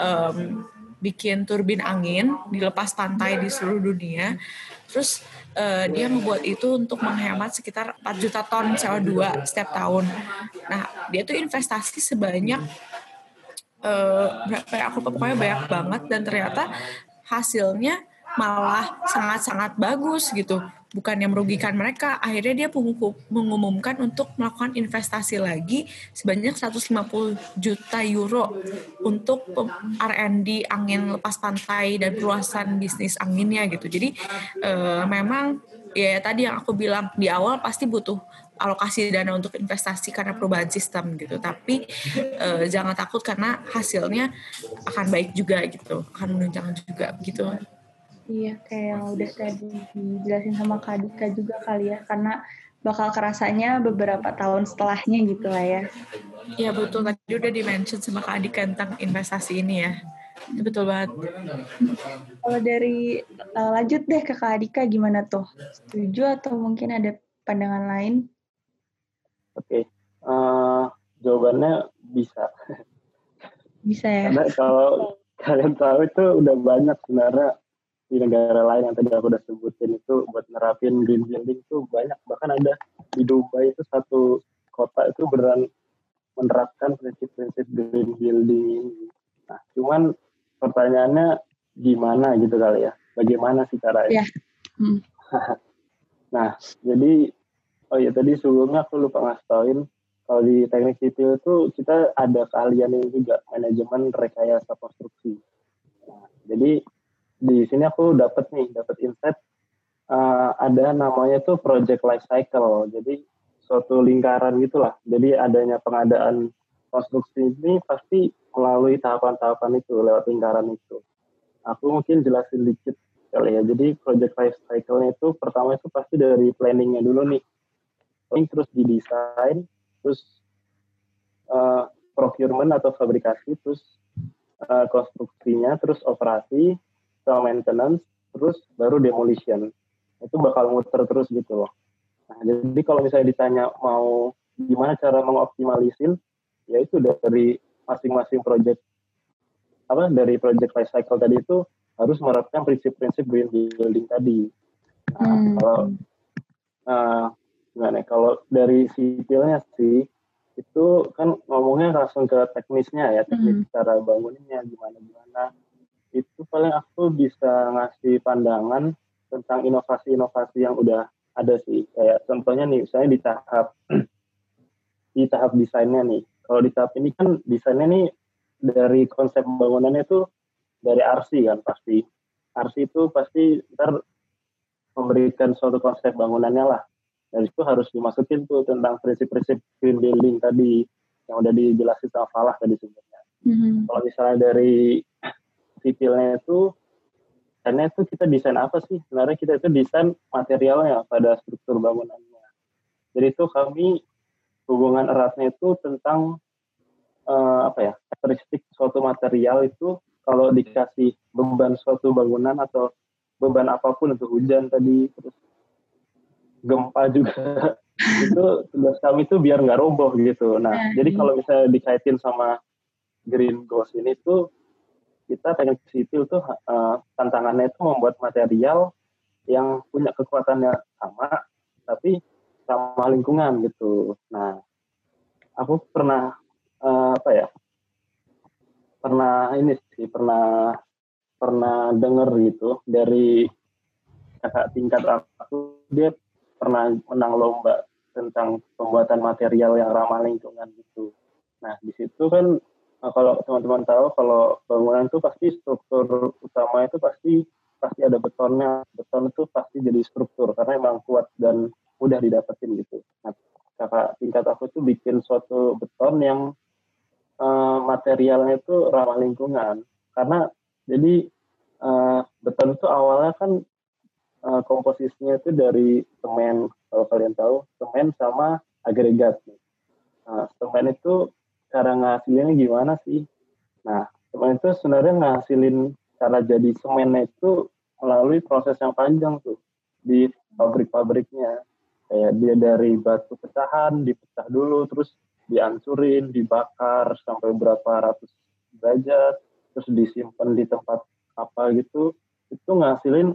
bikin turbin angin dilepas pantai di seluruh dunia. Terus dia membuat itu untuk menghemat sekitar 4 juta ton CO2 setiap tahun. Nah, dia tuh investasi sebanyak berapa ya, aku pokoknya banyak banget, dan ternyata hasilnya malah sangat-sangat bagus gitu. Bukan yang merugikan mereka, akhirnya dia mengumumkan untuk melakukan investasi lagi sebanyak 150 juta euro untuk R&D angin lepas pantai dan perluasan bisnis anginnya gitu. Jadi memang ya tadi yang aku bilang di awal pasti butuh alokasi dana untuk investasi karena perubahan sistem gitu. Tapi jangan takut karena hasilnya akan baik juga gitu, akan menunjang juga gitu. Iya, kayak yang udah tadi dijelasin sama Kak Dika juga kali ya, karena bakal kerasanya beberapa tahun setelahnya gitu lah ya. Iya betul, tadi udah di-mention sama Kak Dika tentang investasi ini ya. Itu betul banget. Kalau dari lanjut deh ke Kak Dika, gimana tuh? Setuju atau mungkin ada pandangan lain? Oke, jawabannya bisa. Bisa ya? Karena kalau kalian tahu itu udah banyak sebenarnya di negara lain yang tadi aku udah sebutin itu buat nerapin green building itu banyak. Bahkan ada di Dubai itu satu kota itu beneran menerapkan prinsip-prinsip green building. Nah, cuman pertanyaannya gimana gitu kali ya? Bagaimana sih caranya? Yeah. Nah, jadi tadi sebelumnya aku lupa ngasih tauin kalau di teknik sipil itu kita ada keahlian ini juga, manajemen rekayasa konstruksi. Nah, jadi di sini aku dapat insight ada namanya tuh project life cycle. Jadi suatu lingkaran gitulah. Jadi adanya pengadaan konstruksi ini pasti melalui tahapan-tahapan itu, lewat lingkaran itu. Aku mungkin jelasin dikit kali ya. Jadi project life cycle-nya itu pertama itu pasti dari planning-nya dulu nih. Terus didesain, terus procurement atau fabrikasi, terus konstruksinya, terus operasi, maintenance, terus baru demolition. Itu bakal muter terus gitu loh. Nah, jadi kalau misalnya ditanya mau gimana cara mengoptimalisin, ya itu dari masing-masing project, dari project life cycle tadi itu harus menerapkan prinsip-prinsip green building tadi. Kalau gimana? Kalau dari sipilnya sih itu kan ngomongnya langsung ke teknisnya ya, teknis cara bangunnya gimana. Itu paling aku bisa ngasih pandangan tentang inovasi-inovasi yang udah ada sih. Kayak contohnya nih, misalnya di tahap desainnya nih. Kalau di tahap ini kan desainnya nih dari konsep bangunannya itu dari RC kan pasti. RC itu pasti ntar memberikan suatu konsep bangunannya lah. Dan itu harus dimasukin tuh tentang prinsip-prinsip green building tadi yang udah dijelasin sama Falah tadi sebenarnya. Kalau misalnya dari sipilnya itu, karena itu kita desain apa sih? Sebenarnya kita itu desain materialnya pada struktur bangunannya. Jadi itu kami hubungan eratnya itu tentang karakteristik suatu material itu kalau dikasih beban suatu bangunan atau beban apapun untuk hujan tadi, terus gempa juga itu tugas kami itu biar nggak roboh gitu. Nah, jadi kalau misalnya dikaitin sama green goals ini tuh kita teknik sipil tuh tantangannya itu membuat material yang punya kekuatannya sama tapi sama lingkungan gitu. Nah, aku pernah pernah denger gitu dari kakak tingkat aku, dia pernah menang lomba tentang pembuatan material yang ramah lingkungan gitu. Nah, di situ kan kalau teman-teman tahu kalau bangunan itu pasti struktur utama itu pasti ada betonnya. Beton itu pasti jadi struktur karena emang kuat dan mudah didapetin gitu. Nah, kakak tingkat aku tuh bikin suatu beton yang materialnya itu ramah lingkungan. Karena jadi beton itu awalnya kan komposisinya itu dari semen, kalau kalian tahu, semen sama agregat. Semen itu cara ngasilinnya gimana sih? Nah, semen itu sebenarnya ngasilin cara jadi semennya itu melalui proses yang panjang tuh di pabrik-pabriknya. Kayak dia dari batu pecahan, dipecah dulu, terus dihancurin, dibakar sampai berapa ratus derajat, terus disimpan di tempat apa gitu, itu ngasilin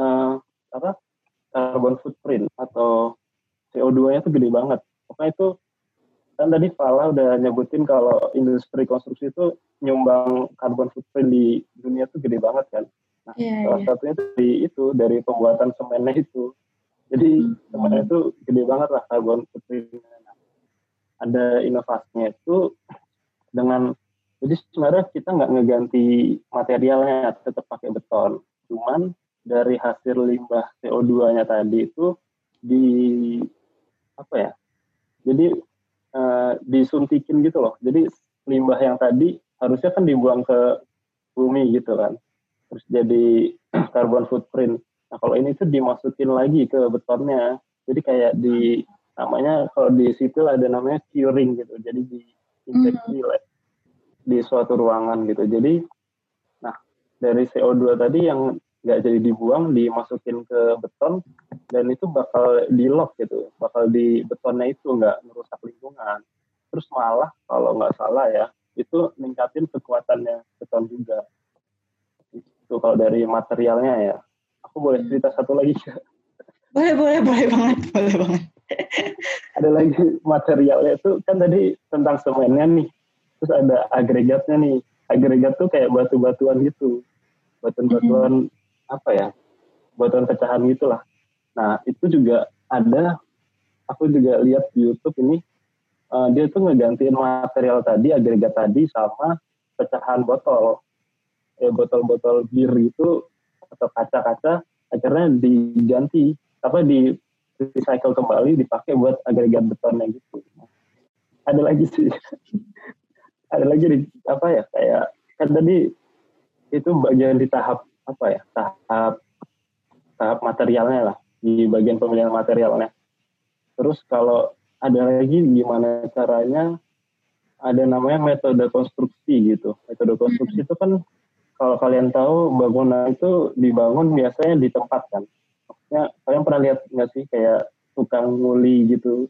carbon footprint atau CO2-nya itu gede banget. Pokoknya itu kan tadi Fala udah nyebutin kalau industri konstruksi itu nyumbang carbon footprint di dunia itu gede banget kan. Nah, salah satunya dari pembuatan semennya itu. Jadi semennya itu gede banget lah carbon footprint. Nah, ada inovasinya itu dengan, jadi sebenarnya kita nggak ngeganti materialnya, tetap pakai beton. Cuman dari hasil limbah CO2-nya tadi itu jadi disuntikin gitu loh. Jadi limbah yang tadi harusnya kan dibuang ke bumi gitu kan. Terus jadi carbon footprint. Nah, kalau ini tuh dimasukin lagi ke betonnya. Jadi kayak namanya kalau di sipil ada namanya curing gitu. Jadi diinjeksi di suatu ruangan gitu. Jadi nah dari CO2 tadi yang nggak jadi dibuang dimasukin ke beton dan itu bakal di-lock gitu, bakal di betonnya itu nggak merusak lingkungan. Terus malah kalau nggak salah ya itu ningkatin kekuatannya beton juga. Itu kalau dari materialnya ya. Aku boleh cerita satu lagi ya? Boleh banget. Ada lagi materialnya itu kan tadi tentang semennya nih. Terus ada agregatnya nih. Agregat tuh kayak batu-batuan gitu. Batuan-batuan batuan pecahan gitulah. Nah, itu juga ada, aku juga lihat di YouTube ini, dia tuh ngegantiin material tadi, agregat tadi, sama pecahan botol. Botol-botol bir itu, atau kaca-kaca, akhirnya diganti, di recycle kembali, dipakai buat agregat betonnya gitu. Ada lagi sih, kayak, kan tadi, itu bagian di tahap tahap materialnya lah, di bagian pemilihan materialnya. Terus kalau ada lagi gimana caranya, ada namanya metode konstruksi gitu. Metode konstruksi itu kan kalau kalian tahu bangunan itu dibangun biasanya di tempat kan. Maksudnya kalian pernah lihat nggak sih kayak tukang nguli gitu,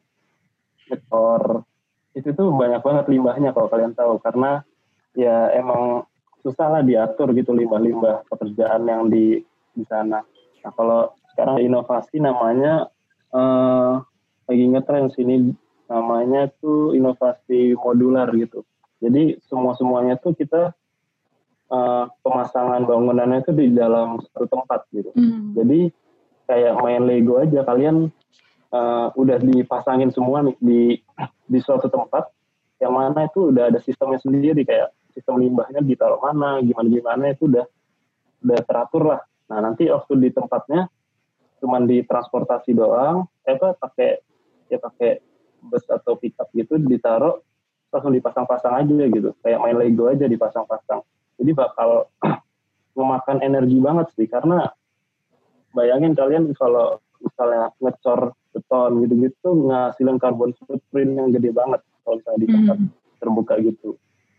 ngecor, itu tuh banyak banget limbahnya kalau kalian tahu, karena ya emang susah lah diatur gitu limbah-limbah pekerjaan yang di sana. Nah kalau sekarang inovasi namanya lagi ngetren sini, namanya tuh inovasi modular gitu. Jadi semuanya tuh kita pemasangan bangunannya itu di dalam satu tempat gitu. Jadi kayak main Lego aja, kalian udah dipasangin semua nih di suatu tempat, yang mana itu udah ada sistemnya sendiri, kayak sistem limbahnya ditaruh mana, gimana itu udah teratur lah. Nah nanti waktu di tempatnya cuman ditransportasi doang, pakai bus atau pickup gitu, ditaruh langsung dipasang-pasang aja gitu, kayak main Lego aja dipasang-pasang. Jadi bakal memakan energi banget sih, karena bayangin kalian kalau misalnya ngecor beton gitu-gitu ngasilin carbon footprint yang gede banget kalau misalnya di tempat terbuka gitu.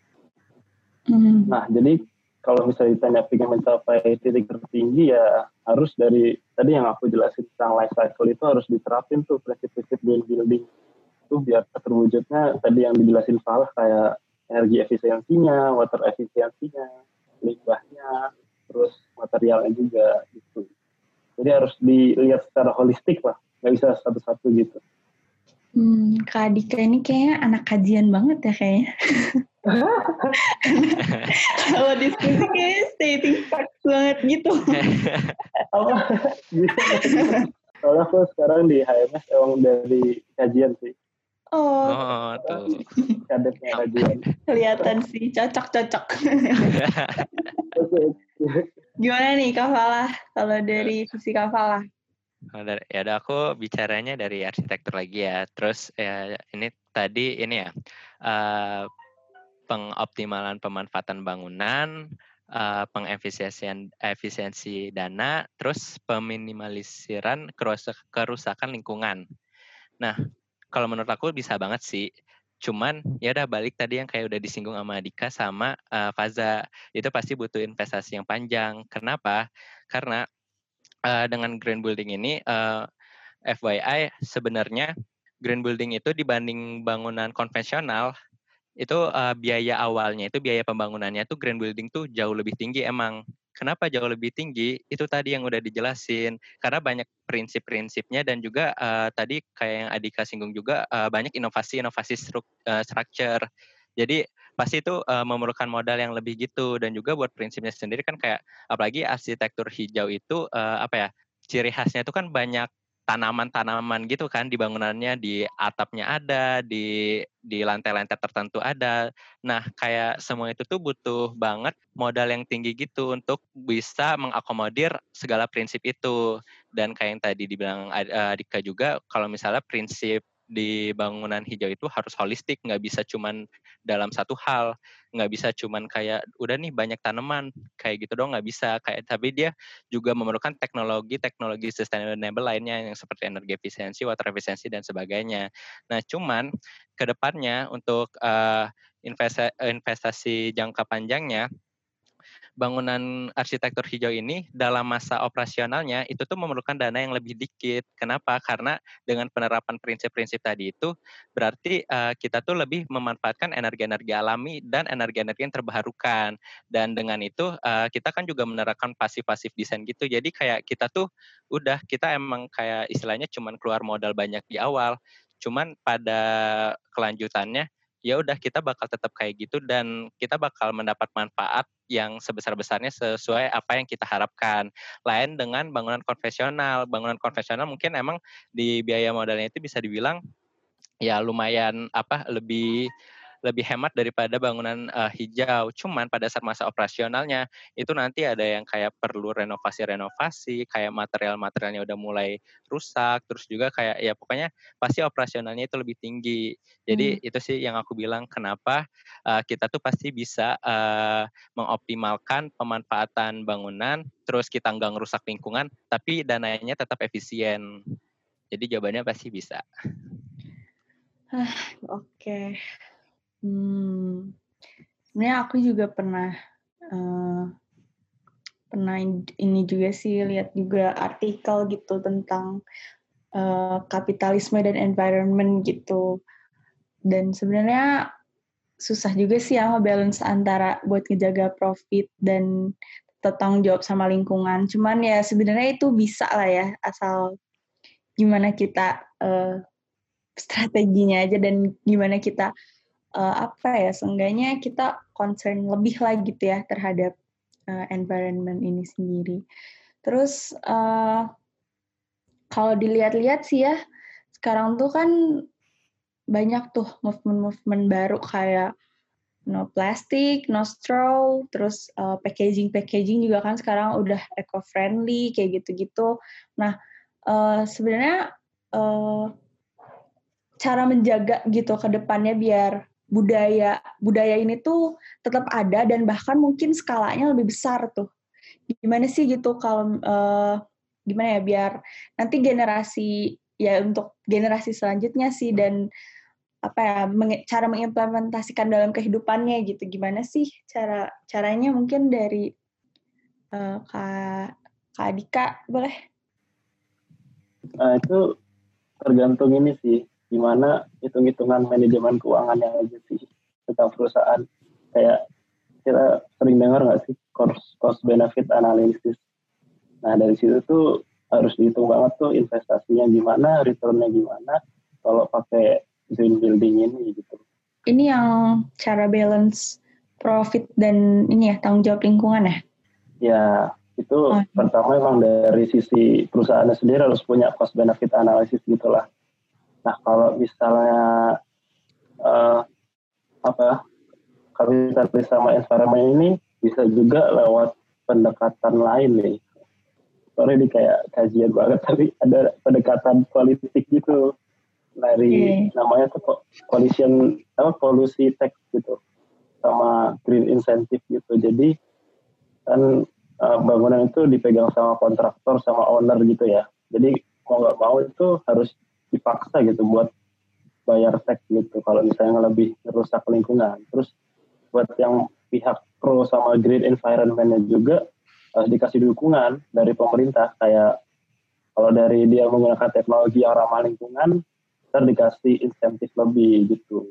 Nah, jadi kalau misalnya ditanya pengen mencapai titik tertinggi, ya harus dari tadi yang aku jelasin tentang life cycle itu harus diterapin tuh prinsip-prinsip green building itu biar terwujudnya tadi yang dijelasin Falah, kayak energi efisiensinya, water efisiensinya, limbahnya, terus materialnya juga gitu. Jadi harus dilihat secara holistik lah, nggak bisa satu-satu gitu. Kak Dika ini kayaknya anak kajian banget ya kayaknya. Kalau diskusi kayaknya stating facts banget gitu. Apa? Soalnya aku sekarang di HMS emang dari kajian sih. Oh tuh. Kadetnya kajian. Kelihatan sih, cocok. Gimana nih Kak Falah, kalau dari sisi Kak Falah? Ya udah, aku bicaranya dari arsitektur lagi ya. Terus ini tadi ya pengoptimalan pemanfaatan bangunan, efisiensi dana, terus peminimalisan kerusakan lingkungan. Nah, kalau menurut aku bisa banget sih. Cuman ya udah balik tadi yang kayak udah disinggung sama Dika sama Faza, itu pasti butuh investasi yang panjang. Kenapa? Karena dengan green building ini, FYI sebenarnya green building itu dibanding bangunan konvensional itu biaya awalnya itu biaya pembangunannya tuh green building tuh jauh lebih tinggi emang. Kenapa jauh lebih tinggi? Itu tadi yang udah dijelasin. Karena banyak prinsip-prinsipnya dan juga tadi kayak yang Adika singgung juga banyak inovasi-inovasi structure. Jadi pasti itu memerlukan modal yang lebih gitu, dan juga buat prinsipnya sendiri kan kayak apalagi arsitektur hijau itu ciri khasnya itu kan banyak tanaman-tanaman gitu kan di bangunannya, di atapnya ada, di lantai-lantai tertentu ada. Nah, kayak semua itu tuh butuh banget modal yang tinggi gitu untuk bisa mengakomodir segala prinsip itu. Dan kayak yang tadi dibilang Dika juga, kalau misalnya prinsip di bangunan hijau itu harus holistik, nggak bisa cuman dalam satu hal, nggak bisa cuman kayak udah nih banyak tanaman kayak gitu dong, nggak bisa. Kayak tapi dia juga memerlukan teknologi sustainable lainnya yang seperti energi efisiensi, water efisiensi dan sebagainya. Nah, cuman ke depannya untuk investasi jangka panjangnya, bangunan arsitektur hijau ini dalam masa operasionalnya itu tuh memerlukan dana yang lebih dikit. Kenapa? Karena dengan penerapan prinsip-prinsip tadi itu berarti kita tuh lebih memanfaatkan energi-energi alami dan energi-energi yang terbarukan. Dan dengan itu kita kan juga menerapkan pasif-pasif desain gitu. Jadi kayak kita tuh kita emang kayak istilahnya cuman keluar modal banyak di awal. Cuman pada kelanjutannya ya udah kita bakal tetap kayak gitu dan kita bakal mendapat manfaat yang sebesar-besarnya sesuai apa yang kita harapkan. Lain dengan bangunan konvensional. Bangunan konvensional mungkin emang di biaya modalnya itu bisa dibilang ya lumayan lebih hemat daripada bangunan hijau. Cuman pada saat masa operasionalnya itu nanti ada yang kayak perlu renovasi, kayak material-materialnya udah mulai rusak, terus juga kayak ya pokoknya pasti operasionalnya itu lebih tinggi. Jadi itu sih yang aku bilang kenapa kita tuh pasti bisa mengoptimalkan pemanfaatan bangunan, terus kita nggak ngerusak lingkungan, tapi dananya tetap efisien. Jadi jawabannya pasti bisa. Oke. Sebenarnya aku juga pernah ini juga sih, lihat juga artikel gitu tentang kapitalisme dan environment gitu. Dan sebenarnya susah juga sih ya nge-balance antara buat ngejaga profit dan tetap tanggung jawab sama lingkungan. Cuman ya sebenarnya itu bisa lah ya, asal gimana kita strateginya aja dan gimana kita seenggaknya kita concern lebih lah gitu ya terhadap environment ini sendiri. Terus kalau dilihat-lihat sih ya, sekarang tuh kan banyak tuh movement-movement baru kayak no plastic, no straw, terus packaging juga kan sekarang udah eco-friendly kayak gitu-gitu. Nah, sebenarnya cara menjaga gitu ke depannya biar budaya ini tuh tetap ada dan bahkan mungkin skalanya lebih besar tuh. Gimana sih gitu kalau gimana ya biar nanti untuk generasi selanjutnya sih dan cara mengimplementasikan dalam kehidupannya gitu. Gimana sih caranya mungkin dari Kak Adika boleh? Nah, itu tergantung ini sih, gimana hitung-hitungan manajemen keuangan yang aja sih tentang perusahaan. Kayak kita sering dengar nggak sih cost benefit analysis. Nah dari situ tuh harus dihitung banget tuh investasinya gimana, returnnya gimana kalau pakai green building ini gitu. Ini yang cara balance profit dan ini ya tanggung jawab lingkungan ya? Ya itu pertama emang dari sisi perusahaannya sendiri harus punya cost benefit analysis gitulah. Nah kalau misalnya kapitalis sama environment ini bisa juga lewat pendekatan lain nih. Sorry ini kayak kajian banget, tapi ada pendekatan politik gitu dari namanya tuh polusi tax gitu sama green incentive gitu. Jadi kan bangunan itu dipegang sama kontraktor sama owner gitu ya. Jadi mau nggak mau itu harus dipaksa gitu buat bayar tax gitu kalau misalnya lebih merusak lingkungan. Terus buat yang pihak pro sama green environment-nya juga dikasih dukungan dari pemerintah, kayak kalau dari dia menggunakan teknologi yang ramah lingkungan ntar dikasih insentif lebih gitu.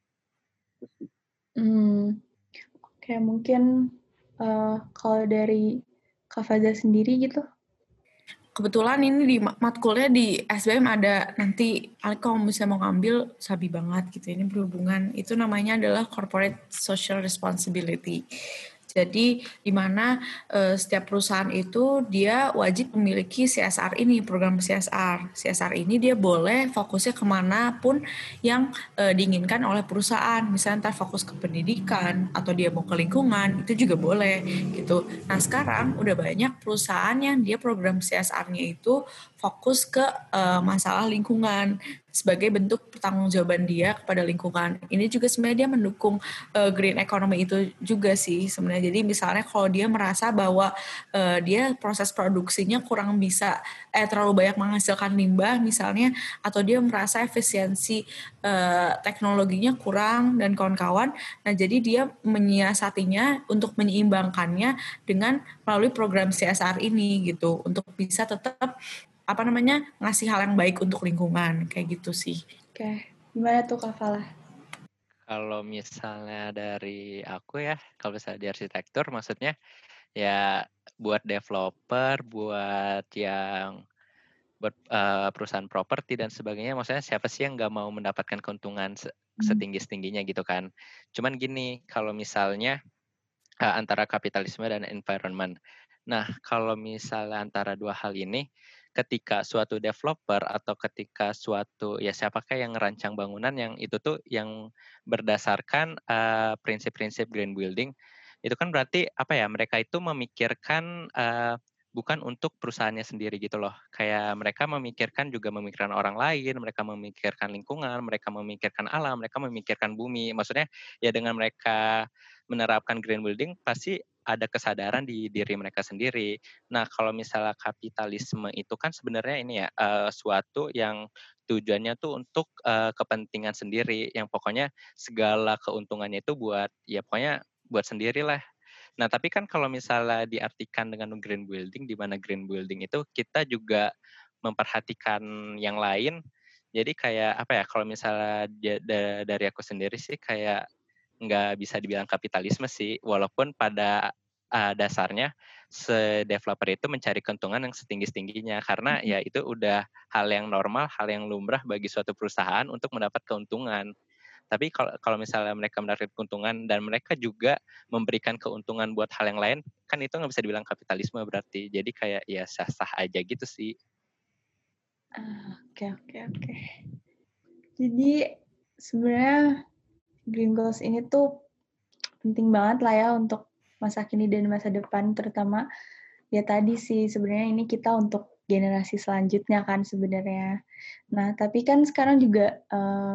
Oke, mungkin kalau dari Kak Faza sendiri gitu. Kebetulan ini di matkulnya di SBM ada nanti kalau misalnya mau ngambil sabi banget gitu. Ini berhubungan, itu namanya adalah Corporate Social Responsibility. Jadi di mana setiap perusahaan itu dia wajib memiliki CSR ini, program CSR. CSR ini dia boleh fokusnya kemanapun yang diinginkan oleh perusahaan. Misalnya ntar fokus ke pendidikan atau dia mau ke lingkungan, itu juga boleh gitu. Nah sekarang udah banyak perusahaan yang dia program CSR-nya itu fokus ke masalah lingkungan sebagai bentuk pertanggungjawaban dia kepada lingkungan. Ini juga sebenarnya dia mendukung green economy itu juga sih sebenarnya. Jadi misalnya kalau dia merasa bahwa dia proses produksinya kurang bisa terlalu banyak menghasilkan limbah misalnya, atau dia merasa efisiensi teknologinya kurang dan kawan-kawan. Nah jadi dia menyiasatinya untuk menyeimbangkannya dengan melalui program CSR ini gitu untuk bisa tetap ngasih hal yang baik untuk lingkungan kayak gitu sih. Oke, gimana tuh Kak Falah? Kalau misalnya dari aku ya, kalau misalnya di arsitektur maksudnya ya buat developer, buat perusahaan properti dan sebagainya, maksudnya siapa sih yang nggak mau mendapatkan keuntungan setinggi-tingginya gitu kan. Cuman gini, kalau misalnya antara kapitalisme dan environment. Nah, kalau misalnya antara dua hal ini, ketika suatu developer atau ketika ya siapakah yang merancang bangunan yang itu tuh yang berdasarkan prinsip-prinsip green building, itu kan berarti mereka itu memikirkan bukan untuk perusahaannya sendiri gitu loh. Kayak mereka memikirkan orang lain, mereka memikirkan lingkungan, mereka memikirkan alam, mereka memikirkan bumi. Maksudnya ya dengan mereka menerapkan green building pasti ada kesadaran di diri mereka sendiri. Nah, kalau misalnya kapitalisme itu kan sebenarnya ini ya suatu yang tujuannya tuh untuk kepentingan sendiri, yang pokoknya segala keuntungannya itu pokoknya buat sendirilah. Nah, tapi kan kalau misalnya diartikan dengan green building, di mana green building itu kita juga memperhatikan yang lain. Jadi kayak kalau misalnya dari aku sendiri sih kayak nggak bisa dibilang kapitalisme sih, walaupun pada dasarnya developer itu mencari keuntungan yang setinggi-tingginya karena ya itu udah hal yang normal, hal yang lumrah bagi suatu perusahaan untuk mendapat keuntungan. Tapi kalau misalnya mereka mendapat keuntungan dan mereka juga memberikan keuntungan buat hal yang lain, kan itu nggak bisa dibilang kapitalisme berarti. Jadi kayak ya sah-sah aja gitu sih. Oke. Jadi sebenarnya green goals ini tuh penting banget lah ya untuk masa kini dan masa depan, terutama ya tadi sih sebenarnya ini kita untuk generasi selanjutnya kan sebenarnya. Nah, tapi kan sekarang juga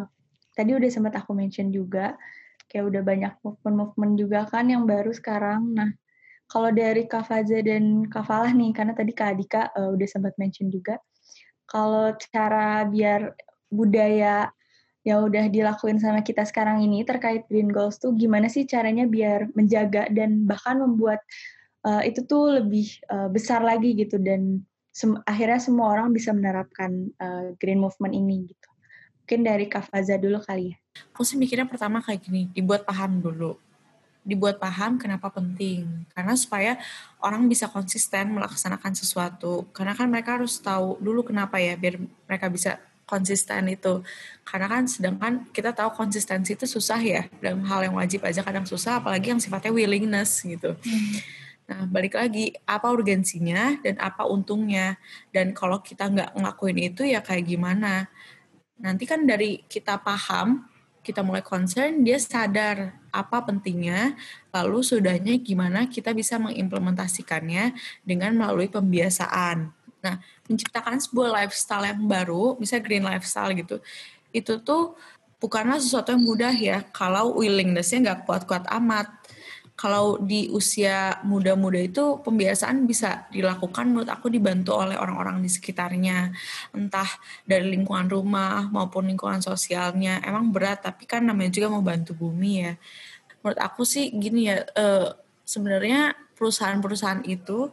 tadi udah sempat aku mention juga kayak udah banyak movement-movement juga kan yang baru sekarang. Nah, kalau dari Kak Faza dan Kak Falah nih, karena tadi Kak Adika udah sempat mention juga, kalau cara biar budaya yang udah dilakuin sama kita sekarang ini terkait green goals tuh gimana sih caranya biar menjaga dan bahkan membuat itu tuh lebih besar lagi gitu dan akhirnya semua orang bisa menerapkan green movement ini gitu. Mungkin dari Kak Faza dulu kali ya. Aku sih mikirnya pertama kayak gini, dibuat paham dulu. Dibuat paham kenapa penting. Karena supaya orang bisa konsisten melaksanakan sesuatu. Karena kan mereka harus tahu dulu kenapa ya, biar mereka bisa konsisten itu. Karena kan sedangkan kita tahu konsistensi itu susah ya. Dalam hal yang wajib aja kadang susah, apalagi yang sifatnya willingness gitu. Nah, balik lagi, apa urgensinya dan apa untungnya. Dan kalau kita nggak ngelakuin itu ya kayak gimana. Nanti kan dari kita paham, kita mulai concern, dia sadar apa pentingnya, lalu sudahnya gimana kita bisa mengimplementasikannya dengan melalui pembiasaan. Nah, menciptakan sebuah lifestyle yang baru, misalnya green lifestyle gitu, itu tuh bukanlah sesuatu yang mudah ya, kalau willingness-nya nggak kuat-kuat amat. Kalau di usia muda-muda itu pembiasaan bisa dilakukan menurut aku dibantu oleh orang-orang di sekitarnya. Entah dari lingkungan rumah maupun lingkungan sosialnya. Emang berat, tapi kan namanya juga mau bantu bumi ya. Menurut aku sih gini ya, sebenarnya perusahaan-perusahaan itu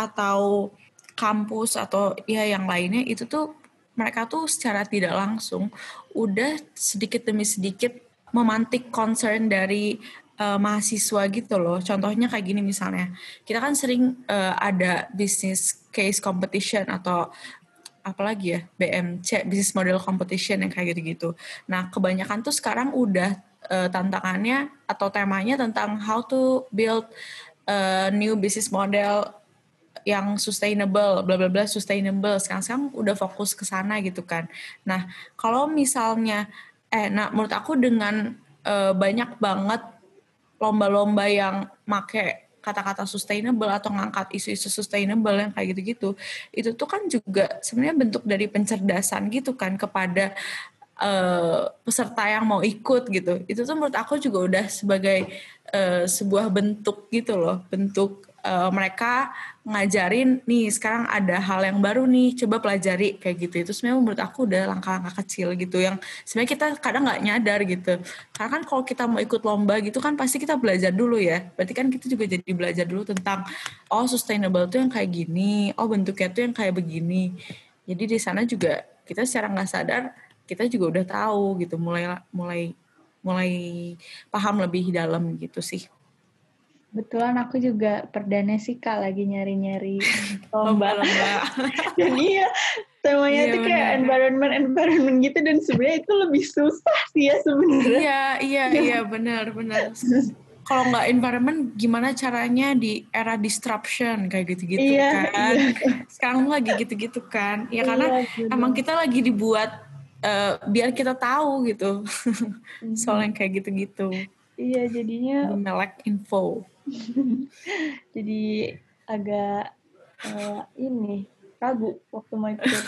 atau kampus atau ya yang lainnya itu tuh mereka tuh secara tidak langsung udah sedikit demi sedikit memantik concern dari mahasiswa gitu loh. Contohnya kayak gini misalnya, kita kan sering ada business case competition atau apalagi ya BMC business model competition yang kayak gitu-gitu. Nah kebanyakan tuh sekarang udah tantangannya atau temanya tentang how to build a new business model yang sustainable, bla bla bla sustainable. Sekarang udah fokus ke sana gitu kan. Nah kalau misalnya, nah menurut aku dengan banyak banget lomba-lomba yang make kata-kata sustainable atau ngangkat isu-isu sustainable yang kayak gitu-gitu, itu tuh kan juga sebenarnya bentuk dari pencerdasan gitu kan kepada peserta yang mau ikut gitu. Itu tuh menurut aku juga udah sebagai sebuah bentuk gitu loh, bentuk mereka ngajarin nih sekarang ada hal yang baru nih, coba pelajari kayak gitu. Itu sebenarnya menurut aku udah langkah-langkah kecil gitu yang sebenarnya kita kadang nggak nyadar gitu. Karena kan kalau kita mau ikut lomba gitu kan pasti kita belajar dulu ya. Berarti kan kita juga jadi belajar dulu tentang oh sustainable tuh yang kayak gini, oh bentuknya tuh yang kayak begini. Jadi di sana juga kita secara nggak sadar kita juga udah tahu gitu, mulai paham lebih dalam gitu sih. Betulan aku juga perdana sih Kak lagi nyari-nyari lomba. Dan iya, temanya tuh kayak environment gitu dan sebenarnya itu lebih susah sih ya sebenarnya. Iya benar. Kalau nggak environment, gimana caranya di era disruption kayak gitu-gitu kan? Iya. Sekarang lagi gitu-gitu kan? Ya karena emang kita lagi dibuat biar kita tahu gitu soal yang kayak gitu-gitu. Iya jadinya melek info. Jadi agak ini ragu waktu mau ikut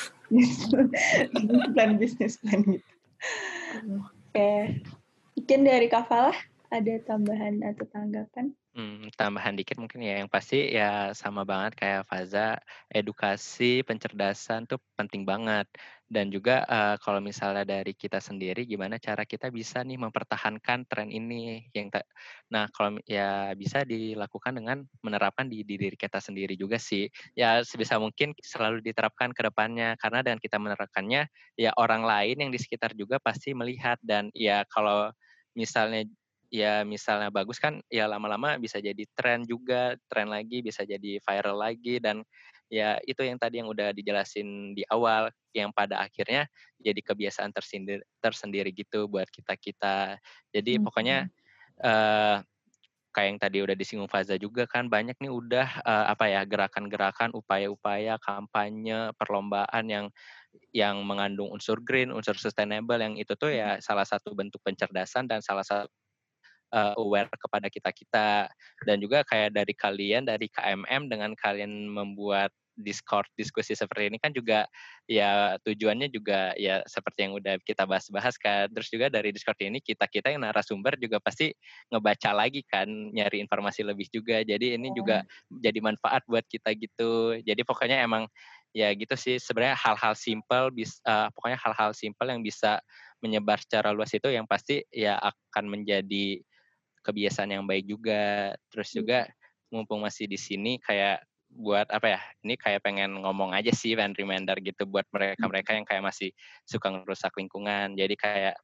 bisnis plan gitu. Oke. Mungkin dari Kak Falah ada tambahan atau tanggapan? Tambahan dikit mungkin ya, yang pasti ya sama banget kayak Faza, edukasi, pencerdasan tuh penting banget. Dan juga kalau misalnya dari kita sendiri, gimana cara kita bisa nih mempertahankan tren ini. Nah kalau ya bisa dilakukan dengan menerapkan di diri kita sendiri juga sih. Ya sebisa mungkin selalu diterapkan ke depannya, karena dengan kita menerapkannya, ya orang lain yang di sekitar juga pasti melihat. Dan ya kalau misalnya ya misalnya bagus kan ya lama-lama bisa jadi tren juga, tren lagi bisa jadi viral lagi dan ya itu yang tadi yang udah dijelasin di awal yang pada akhirnya jadi kebiasaan tersendiri gitu buat kita-kita. Jadi pokoknya eh, kayak yang tadi udah disinggung Faza juga kan banyak nih udah gerakan-gerakan, upaya-upaya, kampanye, perlombaan yang mengandung unsur green, unsur sustainable yang itu tuh ya salah satu bentuk pencerdasan dan salah satu aware kepada kita-kita dan juga kayak dari kalian dari KMM dengan kalian membuat Discord diskusi seperti ini kan juga ya tujuannya juga ya seperti yang udah kita bahas-bahas kan. Terus juga dari Discord ini kita-kita yang narasumber juga pasti ngebaca lagi kan, nyari informasi lebih juga. Jadi ini juga jadi manfaat buat kita gitu. Jadi pokoknya emang ya gitu sih sebenarnya hal-hal simple pokoknya hal-hal simple yang bisa menyebar secara luas itu yang pasti ya akan menjadi kebiasaan yang baik juga. Terus juga mumpung masih di sini kayak buat ini kayak pengen ngomong aja sih, pengen reminder gitu buat mereka-mereka yang kayak masih suka ngerusak lingkungan. Jadi kayak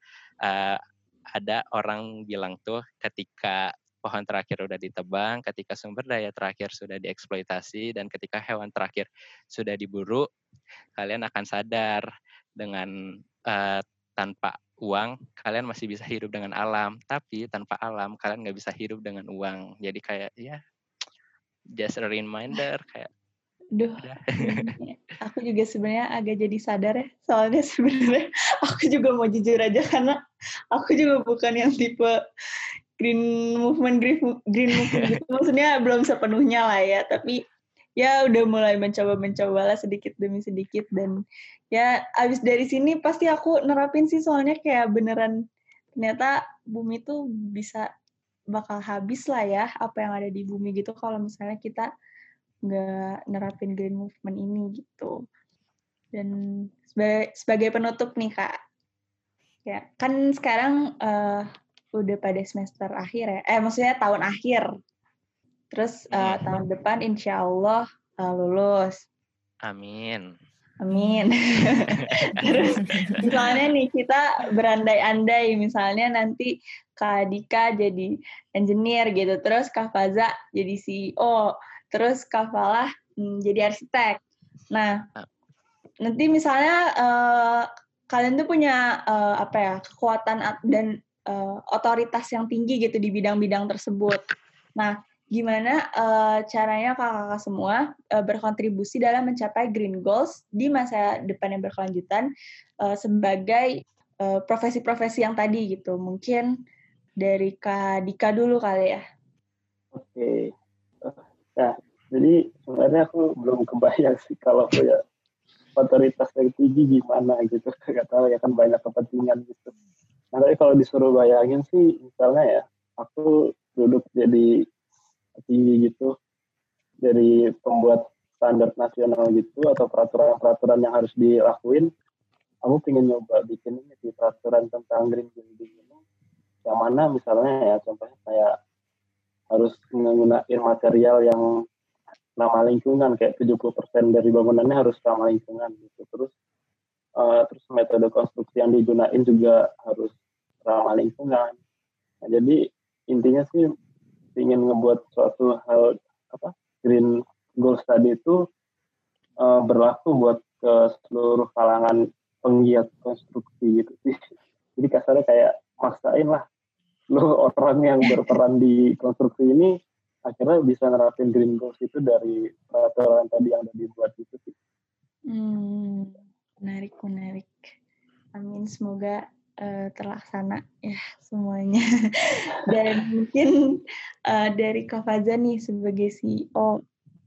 ada orang bilang tuh ketika pohon terakhir udah ditebang, ketika sumber daya terakhir sudah dieksploitasi, dan ketika hewan terakhir sudah diburu, kalian akan sadar dengan tanpa uang kalian masih bisa hidup dengan alam, tapi tanpa alam kalian nggak bisa hidup dengan uang. Jadi kayak ya just a reminder kayak Duh, aku juga sebenarnya agak jadi sadar ya, soalnya sebenarnya aku juga mau jujur aja karena aku juga bukan yang tipe green movement gitu, maksudnya belum sepenuhnya lah ya, tapi ya udah mulai mencoba lah sedikit demi sedikit dan ya abis dari sini pasti aku nerapin sih soalnya kayak beneran ternyata bumi tuh bakal habis lah ya apa yang ada di bumi gitu kalau misalnya kita nggak nerapin green movement ini gitu. Dan sebagai penutup nih Kak, ya kan sekarang udah pada semester akhir ya, maksudnya tahun akhir. Terus tahun depan insya Allah lulus. amin. Amin. Terus misalnya nih kita berandai-andai misalnya nanti Kak Dika jadi engineer gitu, terus Kak Faza jadi CEO, terus Kak Falah jadi arsitek. Nah, nanti misalnya kalian tuh punya kekuatan dan otoritas yang tinggi gitu di bidang-bidang tersebut. Nah, gimana caranya kakak-kakak semua berkontribusi dalam mencapai green goals di masa depan yang berkelanjutan sebagai profesi-profesi yang tadi gitu. Mungkin dari Kak Dika dulu kali ya. Oke. Nah, jadi sebenarnya aku belum kebayang sih kalau punya otoritas yang tinggi gimana gitu. Gak tahu ya kan banyak kepentingan gitu. Nah, tapi kalau disuruh bayangin sih, misalnya ya, aku duduk jadi tinggi gitu, dari pembuat standar nasional gitu, atau peraturan-peraturan yang harus dilakuin, aku pengen nyoba bikin ini sih, peraturan tentang green building ini, yang mana misalnya ya, contohnya kayak harus menggunakan material yang ramah lingkungan, kayak 70% dari bangunannya harus ramah lingkungan gitu. Terus metode konstruksi yang digunain juga harus ramah lingkungan. Nah, jadi intinya sih ingin ngebuat suatu hal green goals tadi itu berlaku buat ke seluruh kalangan penggiat konstruksi gitu sih. Jadi kasarnya kayak maksain lah lo orang yang berperan di konstruksi ini akhirnya bisa nerapin green goals itu dari peraturan tadi yang udah dibuat itu sih. Menarik. Amin, semoga terlaksana ya semuanya. Dan mungkin dari Kak Faza nih sebagai CEO.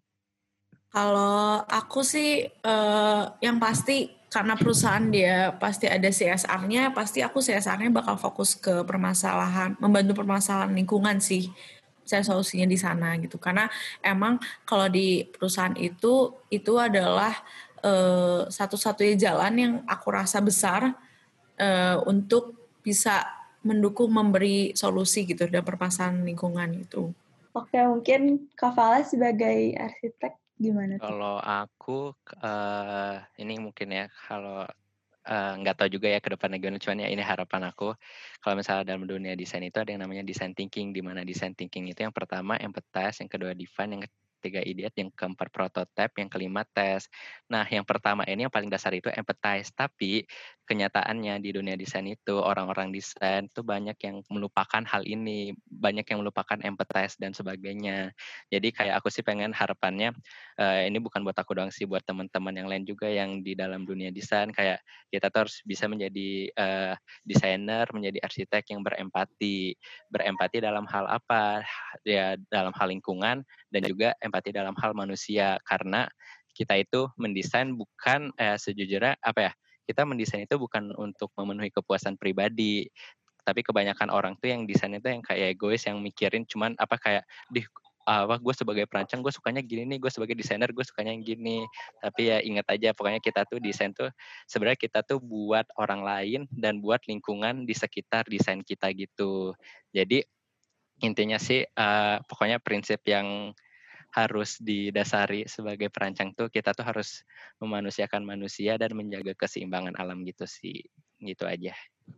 Kalau aku sih yang pasti karena perusahaan dia pasti ada CSR-nya, pasti aku CSR-nya bakal fokus ke membantu permasalahan lingkungan sih. Saya solusinya di sana gitu. Karena emang kalau di perusahaan itu adalah satu-satunya jalan yang aku rasa besar untuk bisa memberi solusi gitu dan permasalahan lingkungan itu. Oke, mungkin Kak Fala sebagai arsitek gimana tuh? Kalau aku ini mungkin ya kalau nggak tahu juga ya ke depannya gimana, cuman ya ini harapan aku. Kalau misalnya dalam dunia desain itu ada yang namanya design thinking, di mana design thinking itu yang pertama empathize, yang kedua define, yang ketiga ideate, yang keempat prototype, yang kelima test. Nah, yang pertama ini yang paling dasar itu empathize, tapi kenyataannya di dunia desain itu orang-orang desain tuh banyak yang melupakan hal ini, banyak yang melupakan empathize dan sebagainya. Jadi kayak aku sih pengen harapannya ini bukan buat aku doang sih, buat teman-teman yang lain juga yang di dalam dunia desain, kayak kita tuh harus bisa menjadi desainer, menjadi arsitek yang berempati. Berempati dalam hal apa? Ya dalam hal lingkungan dan juga empati dalam hal manusia, karena kita itu mendesain bukan sejujurnya apa ya? Kita mendesain itu bukan untuk memenuhi kepuasan pribadi, tapi kebanyakan orang tuh yang desain itu yang kayak egois, yang mikirin cuman apa kayak gue sebagai perancang gue sukanya gini nih, gue sebagai desainer gue sukanya yang gini. Tapi ya ingat aja, pokoknya kita tuh desain tuh sebenarnya kita tuh buat orang lain dan buat lingkungan di sekitar desain kita gitu. Jadi intinya sih pokoknya prinsip yang harus didasari sebagai perancang tuh kita tuh harus memanusiakan manusia dan menjaga keseimbangan alam gitu sih. Gitu aja.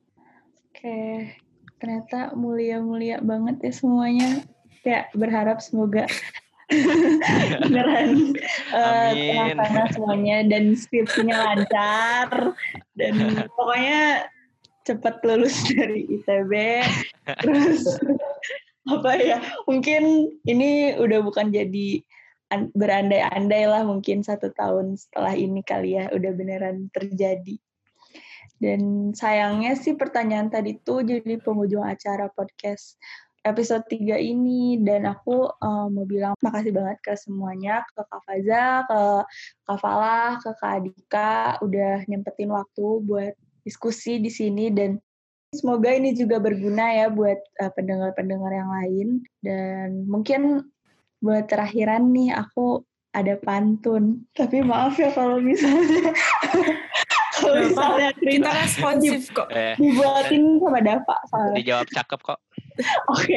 Oke, ternyata mulia-mulia banget ya semuanya. Kayak berharap semoga beneran terlaksana semuanya dan skripsinya lancar dan pokoknya cepat lulus dari ITB. Terus apa ya, mungkin ini udah bukan jadi berandai-andai lah, mungkin 1 tahun setelah ini kali ya udah beneran terjadi. Dan sayangnya sih pertanyaan tadi tuh jadi penghujung acara podcast episode 3 ini, dan aku mau bilang makasih banget ke semuanya, ke Kak Faza, ke Kak Falah, ke Kak Adika udah nyempetin waktu buat diskusi di sini, dan semoga ini juga berguna ya buat pendengar-pendengar yang lain. Dan mungkin buat terakhiran nih aku ada pantun. Tapi maaf ya kalau misalnya kita responsif kok. Dibuatin sama Dava soalnya. Dijawab cakep kok. Oke,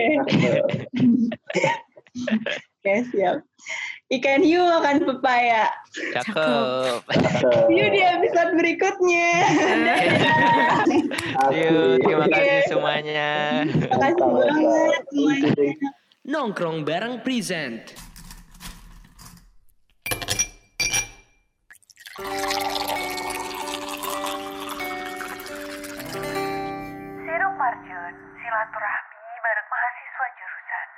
siap. Ikan hiu makan pepaya. Cakep. See you di episode berikutnya. Terima kasih semuanya. Terima kasih banget semuanya. Nongkrong bareng present. Sirup Marjun, silaturahmi bareng mahasiswa jurusan.